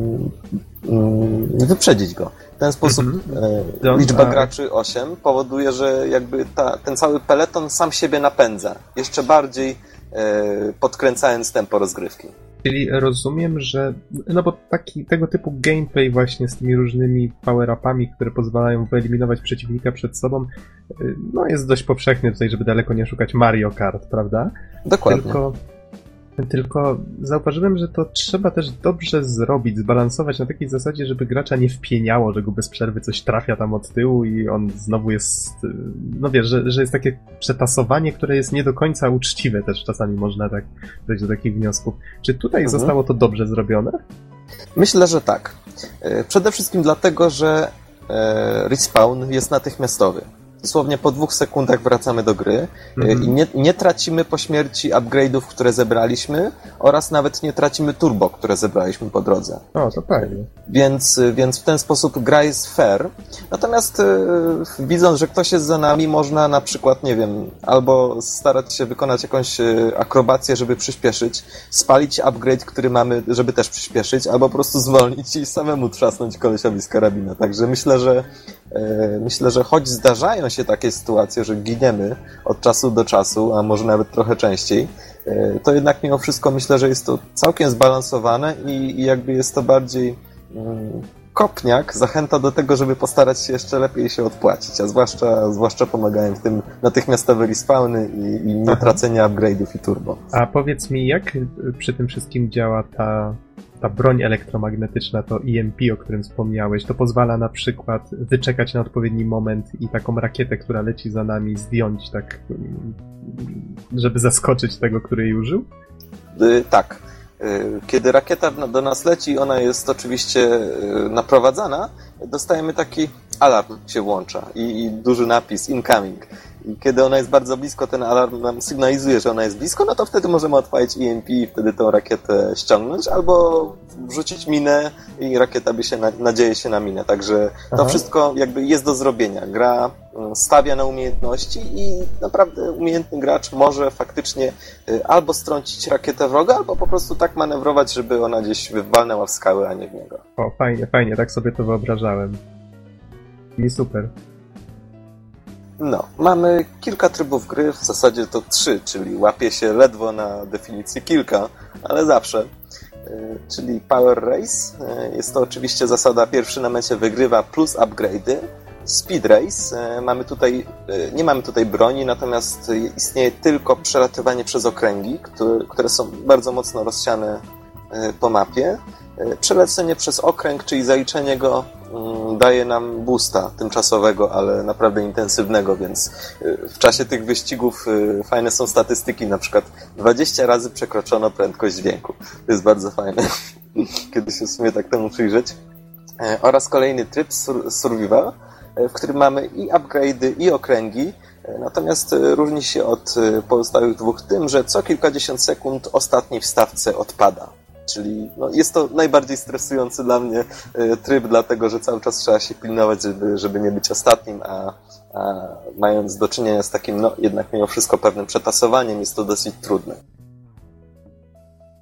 Speaker 4: wyprzedzić go. W ten sposób liczba graczy 8 powoduje, że jakby ten cały peleton sam siebie napędza. Jeszcze bardziej podkręcając tempo rozgrywki.
Speaker 1: Czyli rozumiem, że no bo tego typu gameplay właśnie z tymi różnymi power-upami, które pozwalają wyeliminować przeciwnika przed sobą, no jest dość powszechny tutaj, żeby daleko nie szukać Mario Kart, prawda?
Speaker 4: Dokładnie.
Speaker 1: Tylko zauważyłem, że to trzeba też dobrze zrobić, zbalansować na takiej zasadzie, żeby gracza nie wpieniało, że go bez przerwy coś trafia tam od tyłu i on znowu jest, no wiesz, że jest takie przetasowanie, które jest nie do końca uczciwe też czasami można tak dojść do takich wniosków. Czy tutaj zostało to dobrze zrobione?
Speaker 4: Myślę, że tak. Przede wszystkim dlatego, że respawn jest natychmiastowy. Dosłownie po 2 sekundach wracamy do gry i nie tracimy po śmierci upgrade'ów, które zebraliśmy oraz nawet nie tracimy turbo, które zebraliśmy po drodze.
Speaker 1: O, to fajnie.
Speaker 4: Więc w ten sposób gra jest fair. Natomiast widząc, że ktoś jest za nami, można na przykład, nie wiem, albo starać się wykonać jakąś akrobację, żeby przyspieszyć, spalić upgrade, który mamy, żeby też przyspieszyć, albo po prostu zwolnić i samemu trzasnąć kolesiowi z karabina. Także myślę, że choć zdarzają się takie sytuacje, że giniemy od czasu do czasu, a może nawet trochę częściej, to jednak mimo wszystko myślę, że jest to całkiem zbalansowane i jakby jest to bardziej kopniak, zachęta do tego, żeby postarać się jeszcze lepiej się odpłacić, a zwłaszcza pomagają w tym natychmiastowe respawny i nie tracenie upgrade'ów i turbo.
Speaker 1: A powiedz mi, jak przy tym wszystkim działa ta broń elektromagnetyczna, to EMP, o którym wspomniałeś, to pozwala na przykład wyczekać na odpowiedni moment i taką rakietę, która leci za nami, zdjąć tak, żeby zaskoczyć tego, który jej użył?
Speaker 4: Tak. Kiedy rakieta do nas leci, ona jest oczywiście naprowadzana, dostajemy taki alarm się włącza i duży napis incoming. I kiedy ona jest bardzo blisko, ten alarm nam sygnalizuje, że ona jest blisko, no to wtedy możemy odpalić EMP i wtedy tę rakietę ściągnąć, albo wrzucić minę i rakieta by się nadzieje się na minę. Także to wszystko jakby jest do zrobienia. Gra stawia na umiejętności i naprawdę umiejętny gracz może faktycznie albo strącić rakietę wroga, albo po prostu tak manewrować, żeby ona gdzieś walnęła w skały, a nie w niego.
Speaker 1: O, fajnie, tak sobie to wyobrażałem. I super.
Speaker 4: No, mamy kilka trybów gry, w zasadzie to 3, czyli łapie się ledwo na definicję kilka, ale zawsze. Czyli Power Race, jest to oczywiście zasada pierwszy na mecie wygrywa plus upgrade'y. Speed Race, nie mamy tutaj broni, natomiast istnieje tylko przelatywanie przez okręgi, które są bardzo mocno rozsiane po mapie. Przelecenie przez okręg, czyli zaliczenie go daje nam boosta tymczasowego, ale naprawdę intensywnego, więc w czasie tych wyścigów fajne są statystyki, na przykład 20 razy przekroczono prędkość dźwięku. To jest bardzo fajne, kiedy się w sumie tak temu przyjrzeć. Oraz kolejny tryb Survival, w którym mamy i upgrade'y, i okręgi, natomiast różni się od pozostałych dwóch tym, że co kilkadziesiąt sekund ostatni w stawce odpada. Czyli jest to najbardziej stresujący dla mnie tryb, dlatego że cały czas trzeba się pilnować, żeby nie być ostatnim, a mając do czynienia z takim, jednak mimo wszystko pewnym przetasowaniem, jest to dosyć trudne.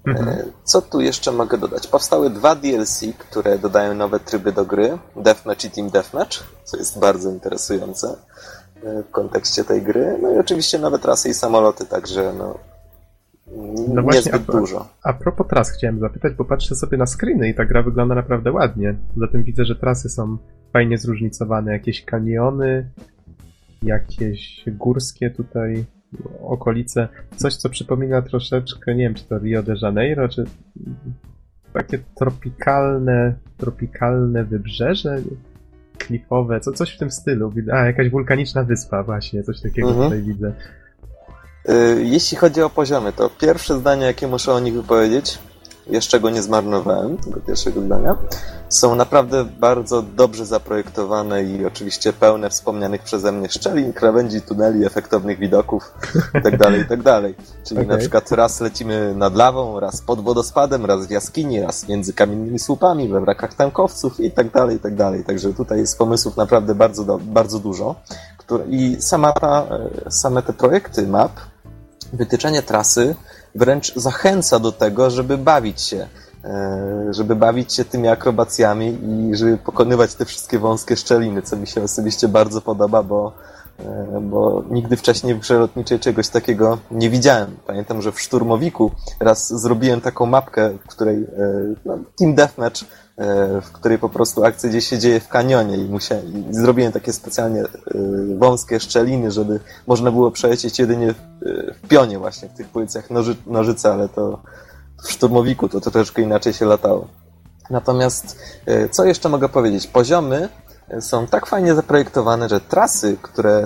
Speaker 4: Co tu jeszcze mogę dodać? Powstały 2 DLC, które dodają nowe tryby do gry. Deathmatch i Team Deathmatch, co jest bardzo interesujące w kontekście tej gry. No i oczywiście nowe trasy i samoloty, także niezbyt dużo.
Speaker 1: A propos tras chciałem zapytać, bo patrzę sobie na screeny i ta gra wygląda naprawdę ładnie. Zatem widzę, że trasy są fajnie zróżnicowane. Jakieś kaniony, jakieś górskie tutaj okolice. Coś, co przypomina troszeczkę, nie wiem, czy to Rio de Janeiro, czy takie tropikalne wybrzeże klifowe, coś w tym stylu. Jakaś wulkaniczna wyspa właśnie, coś takiego tutaj widzę.
Speaker 4: Jeśli chodzi o poziomy, to pierwsze zdanie, jakie muszę o nich wypowiedzieć, jeszcze go nie zmarnowałem, tego pierwszego zdania, są naprawdę bardzo dobrze zaprojektowane i oczywiście pełne wspomnianych przeze mnie szczelin, krawędzi, tuneli, efektownych widoków itd. Czyli na przykład raz lecimy nad lawą, raz pod wodospadem, raz w jaskini, raz między kamiennymi słupami, we wrakach tankowców itd. Także tutaj jest pomysłów naprawdę bardzo dużo. I same te projekty map, wytyczenie trasy wręcz zachęca do tego, żeby bawić się tymi akrobacjami i żeby pokonywać te wszystkie wąskie szczeliny, co mi się osobiście bardzo podoba, bo nigdy wcześniej w grze lotniczej czegoś takiego nie widziałem. Pamiętam, że w Szturmowiku raz zrobiłem taką mapkę, w której Team Deathmatch, w której po prostu akcja gdzieś się dzieje w kanionie i zrobiłem takie specjalnie wąskie szczeliny, żeby można było przelecieć jedynie w pionie właśnie, w tych pozycjach nożyce, ale to w Szturmowiku to troszeczkę inaczej się latało. Natomiast co jeszcze mogę powiedzieć? Poziomy są tak fajnie zaprojektowane, że trasy, które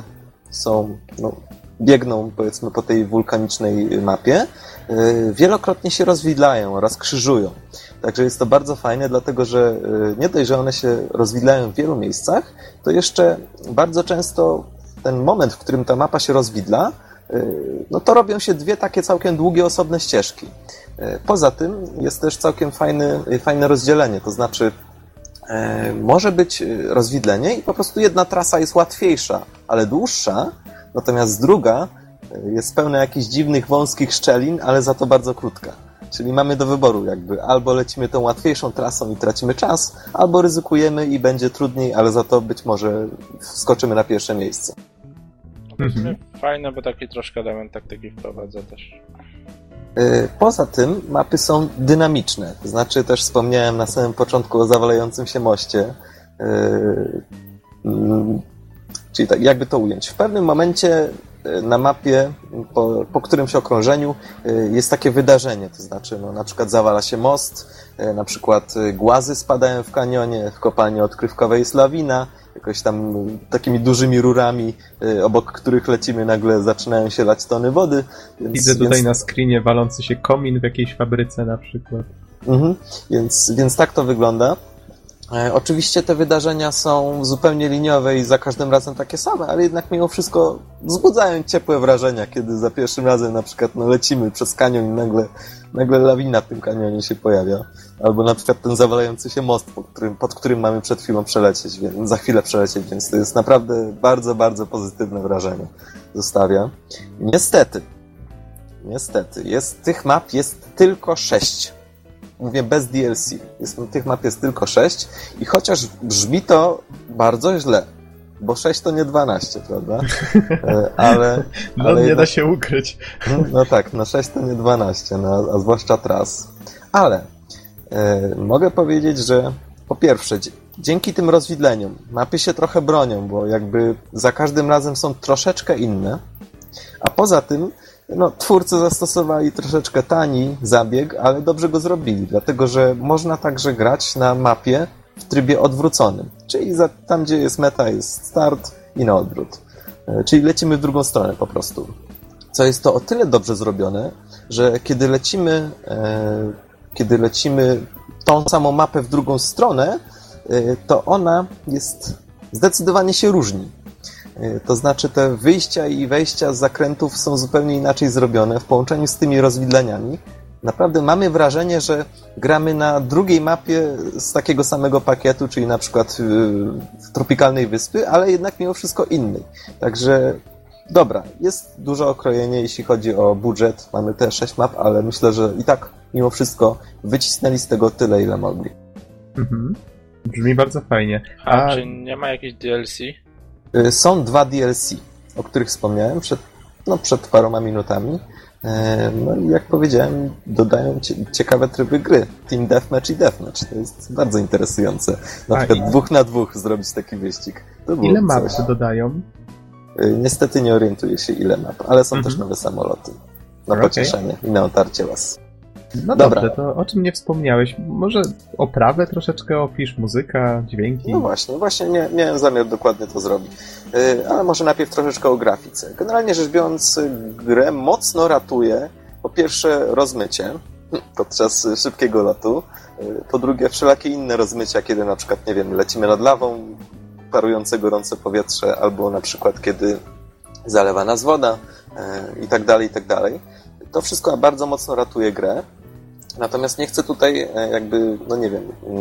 Speaker 4: biegną powiedzmy po tej wulkanicznej mapie, wielokrotnie się rozwidlają oraz krzyżują. Także jest to bardzo fajne, dlatego że nie dość, że one się rozwidlają w wielu miejscach, to jeszcze bardzo często ten moment, w którym ta mapa się rozwidla, to robią się 2 takie całkiem długie, osobne ścieżki. Poza tym jest też całkiem fajne rozdzielenie, to znaczy może być rozwidlenie i po prostu jedna trasa jest łatwiejsza, ale dłuższa, natomiast druga jest pełna jakichś dziwnych, wąskich szczelin, ale za to bardzo krótka. Czyli mamy do wyboru jakby albo lecimy tą łatwiejszą trasą i tracimy czas, albo ryzykujemy i będzie trudniej, ale za to być może wskoczymy na pierwsze miejsce.
Speaker 3: Fajne, bo taki troszkę element taktyki wprowadza też.
Speaker 4: Poza tym mapy są dynamiczne. To znaczy też wspomniałem na samym początku o zawalającym się moście. Czyli tak, jakby to ująć. W pewnym momencie na mapie, po którymś okrążeniu jest takie wydarzenie, to znaczy na przykład zawala się most, na przykład głazy spadają w kanionie, w kopalni odkrywkowej jest lawina, jakoś tam takimi dużymi rurami, obok których lecimy, nagle zaczynają się lać tony wody.
Speaker 1: Widzę tutaj na screenie walący się komin w jakiejś fabryce na przykład.
Speaker 4: Więc tak to wygląda. Oczywiście te wydarzenia są zupełnie liniowe i za każdym razem takie same, ale jednak mimo wszystko wzbudzają ciepłe wrażenia, kiedy za pierwszym razem na przykład lecimy przez kanion i nagle lawina w tym kanionie się pojawia. Albo na przykład ten zawalający się most, pod którym mamy przed chwilą za chwilę przelecieć, więc to jest naprawdę bardzo, bardzo pozytywne wrażenie zostawia. Niestety, tych map jest tylko 6. Mówię bez DLC. Tych map jest tylko 6 i chociaż brzmi to bardzo źle, bo 6 to nie 12, prawda? Ale
Speaker 1: nie da się ukryć.
Speaker 4: No tak, 6 to nie 12, a zwłaszcza tras. Ale mogę powiedzieć, że po pierwsze, dzięki tym rozwidleniom mapy się trochę bronią, bo jakby za każdym razem są troszeczkę inne, a poza tym twórcy zastosowali troszeczkę tani zabieg, ale dobrze go zrobili, dlatego że można także grać na mapie w trybie odwróconym, czyli tam, gdzie jest meta, jest start i na odwrót. Czyli lecimy w drugą stronę po prostu. Co jest to o tyle dobrze zrobione, że kiedy lecimy tą samą mapę w drugą stronę, to ona zdecydowanie się różni. To znaczy te wyjścia i wejścia z zakrętów są zupełnie inaczej zrobione w połączeniu z tymi rozwidleniami. Naprawdę mamy wrażenie, że gramy na drugiej mapie z takiego samego pakietu, czyli na przykład w tropikalnej wyspy, ale jednak mimo wszystko innej. Także Dobra, jest duże okrojenie, jeśli chodzi o budżet. Mamy te 6 map, ale myślę, że i tak mimo wszystko wycisnęli z tego tyle, ile mogli.
Speaker 1: Brzmi bardzo fajnie.
Speaker 3: A czy nie ma jakichś DLC?
Speaker 4: Są 2 DLC, o których wspomniałem przed paroma minutami. No i jak powiedziałem, dodają ciekawe tryby gry. Team Deathmatch i Deathmatch. To jest bardzo interesujące. Na przykład 2 na 2 zrobić taki wyścig.
Speaker 1: Ile map się dodają?
Speaker 4: Niestety nie orientuję się ile map, ale są też nowe samoloty. Na pocieszenie i na otarcie was.
Speaker 1: No dobra. Dobrze, to o czym nie wspomniałeś? Może oprawę troszeczkę opisz, muzyka, dźwięki?
Speaker 4: No właśnie miałem zamiar dokładnie to zrobić. Ale może najpierw troszeczkę o grafice. Generalnie rzecz biorąc, grę mocno ratuje po pierwsze rozmycie podczas szybkiego lotu, po drugie wszelakie inne rozmycia, kiedy na przykład, nie wiem, lecimy nad lawą, parujące gorące powietrze, albo na przykład kiedy zalewa nas woda i tak dalej, i tak dalej. To wszystko bardzo mocno ratuje grę. Natomiast nie chcę tutaj jakby, no nie wiem,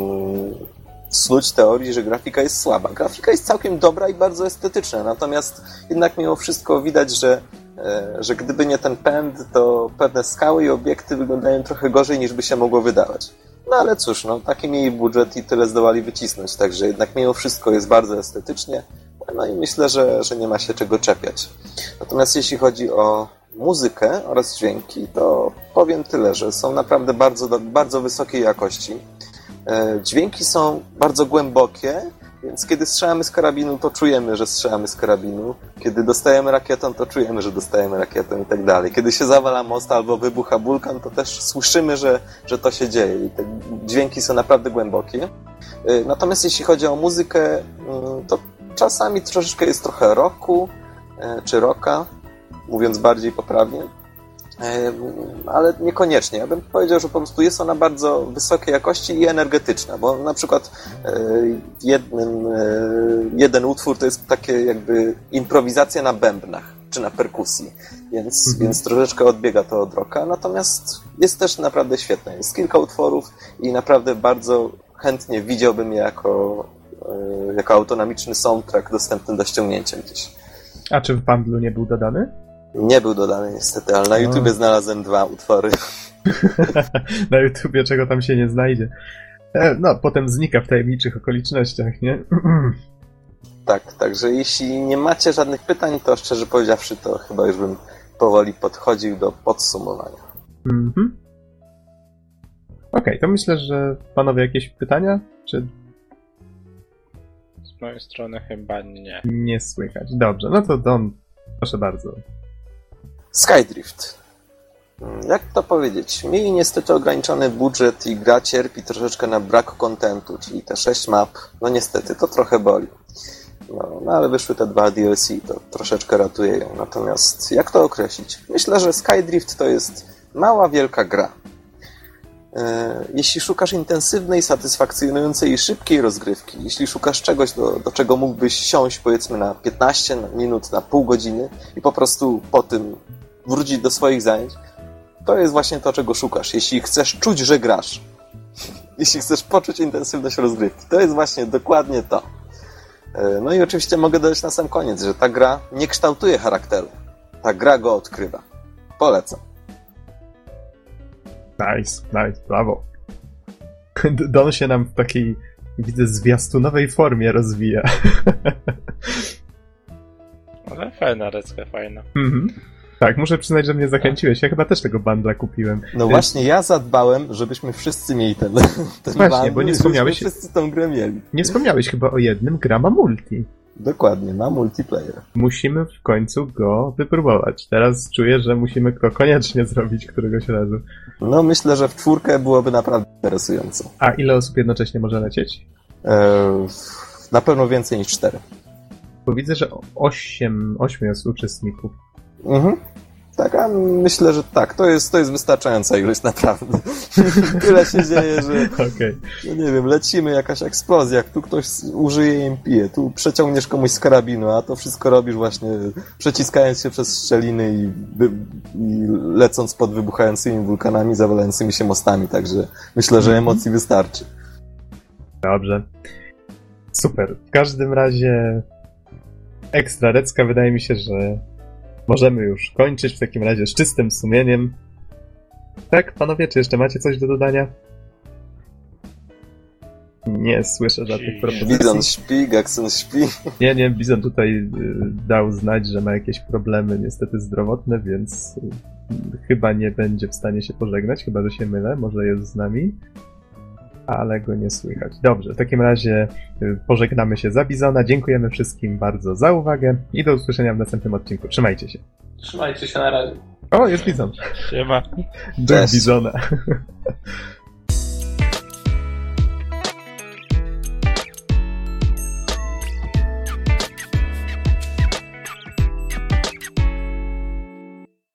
Speaker 4: snuć teorii, że grafika jest słaba. Grafika jest całkiem dobra i bardzo estetyczna, natomiast jednak mimo wszystko widać, że gdyby nie ten pęd, to pewne skały i obiekty wyglądają trochę gorzej, niż by się mogło wydawać. No ale cóż, taki mieli budżet i tyle zdołali wycisnąć, także jednak mimo wszystko jest bardzo estetycznie, no i myślę, że nie ma się czego czepiać. Natomiast jeśli chodzi o muzykę oraz dźwięki, to powiem tyle, że są naprawdę bardzo, bardzo wysokiej jakości. Dźwięki są bardzo głębokie, więc kiedy strzelamy z karabinu, to czujemy, że strzelamy z karabinu. Kiedy dostajemy rakietą, to czujemy, że dostajemy rakietą i tak dalej. Kiedy się zawala most albo wybucha wulkan, to też słyszymy, że to się dzieje i te dźwięki są naprawdę głębokie. Natomiast jeśli chodzi o muzykę, to czasami troszeczkę jest trochę rocku, czy rocka, mówiąc bardziej poprawnie, ale niekoniecznie. Ja bym powiedział, że po prostu jest ona bardzo wysokiej jakości i energetyczna, bo na przykład jeden utwór to jest takie jakby improwizacja na bębnach, czy na perkusji, więc troszeczkę odbiega to od rocka, natomiast jest też naprawdę świetna. Jest kilka utworów i naprawdę bardzo chętnie widziałbym je jako autonomiczny soundtrack dostępny do ściągnięcia gdzieś.
Speaker 1: A czy w bundlu nie był dodany?
Speaker 4: Nie był dodany niestety, ale na YouTubie znalazłem 2 utwory.
Speaker 1: Na YouTubie czego tam się nie znajdzie. No, potem znika w tajemniczych okolicznościach, nie?
Speaker 4: Tak, także jeśli nie macie żadnych pytań, to szczerze powiedziawszy, to chyba już bym powoli podchodził do podsumowania.
Speaker 1: Okej, to myślę, że panowie jakieś pytania? Czy...
Speaker 3: Z mojej strony chyba nie.
Speaker 1: Nie słychać. Dobrze, no to Don, proszę bardzo.
Speaker 4: Skydrift. Jak to powiedzieć? Mieli niestety ograniczony budżet i gra cierpi troszeczkę na brak kontentu, czyli te 6 map, no niestety, to trochę boli. No ale wyszły te 2 DLC, to troszeczkę ratuje ją. Natomiast jak to określić? Myślę, że Skydrift to jest mała, wielka gra. Jeśli szukasz intensywnej, satysfakcjonującej i szybkiej rozgrywki, jeśli szukasz czegoś, do czego mógłbyś siąść powiedzmy na 15 minut, na pół godziny i po prostu po tym wrócić do swoich zajęć, to jest właśnie to, czego szukasz. Jeśli chcesz czuć, że grasz, jeśli chcesz poczuć intensywność rozgrywki, to jest właśnie dokładnie to. No i oczywiście mogę dodać na sam koniec, że ta gra nie kształtuje charakteru. Ta gra go odkrywa. Polecam.
Speaker 1: Nice, brawo. Don się nam w takiej, widzę, zwiastunowej formie rozwija.
Speaker 3: Ale fajna recka, fajna.
Speaker 1: Tak, muszę przyznać, że mnie zachęciłeś. Ja chyba też tego bundla kupiłem.
Speaker 4: No właśnie, ja zadbałem, żebyśmy wszyscy mieli ten
Speaker 1: właśnie, bundle, bo nie wspomniałeś...
Speaker 4: wszyscy tą grę mieli.
Speaker 1: Nie wspomniałeś chyba o jednym, gra ma multi.
Speaker 4: Dokładnie, ma multiplayer.
Speaker 1: Musimy w końcu go wypróbować. Teraz czuję, że musimy go koniecznie zrobić któregoś razu.
Speaker 4: No myślę, że w 4 byłoby naprawdę interesująco.
Speaker 1: A ile osób jednocześnie może lecieć?
Speaker 4: Na pewno więcej niż 4.
Speaker 1: Bo widzę, że 8 jest uczestników.
Speaker 4: Tak, a myślę, że tak. To jest wystarczająca ilość, naprawdę. Tyle się dzieje, że no nie wiem, lecimy, jakaś eksplozja, tu ktoś użyje impie, tu przeciągniesz komuś z karabinu, a to wszystko robisz właśnie przeciskając się przez szczeliny i lecąc pod wybuchającymi wulkanami, zawalającymi się mostami, także myślę, że emocji wystarczy.
Speaker 1: Dobrze. Super. W każdym razie ekstra recka, wydaje mi się, że możemy już kończyć w takim razie z czystym sumieniem. Tak, panowie, czy jeszcze macie coś do dodania? Nie słyszę żadnych propozycji.
Speaker 4: Bizon śpi, Gaxon śpi.
Speaker 1: Nie, Bizon tutaj dał znać, że ma jakieś problemy niestety zdrowotne, więc chyba nie będzie w stanie się pożegnać, chyba że się mylę, może jest z nami, ale go nie słychać. Dobrze, w takim razie pożegnamy się za Bizona, dziękujemy wszystkim bardzo za uwagę i do usłyszenia w następnym odcinku. Trzymajcie się.
Speaker 2: Trzymajcie się, na razie.
Speaker 1: O, jest Bizon.
Speaker 3: Siema.
Speaker 1: Cześć Bizona.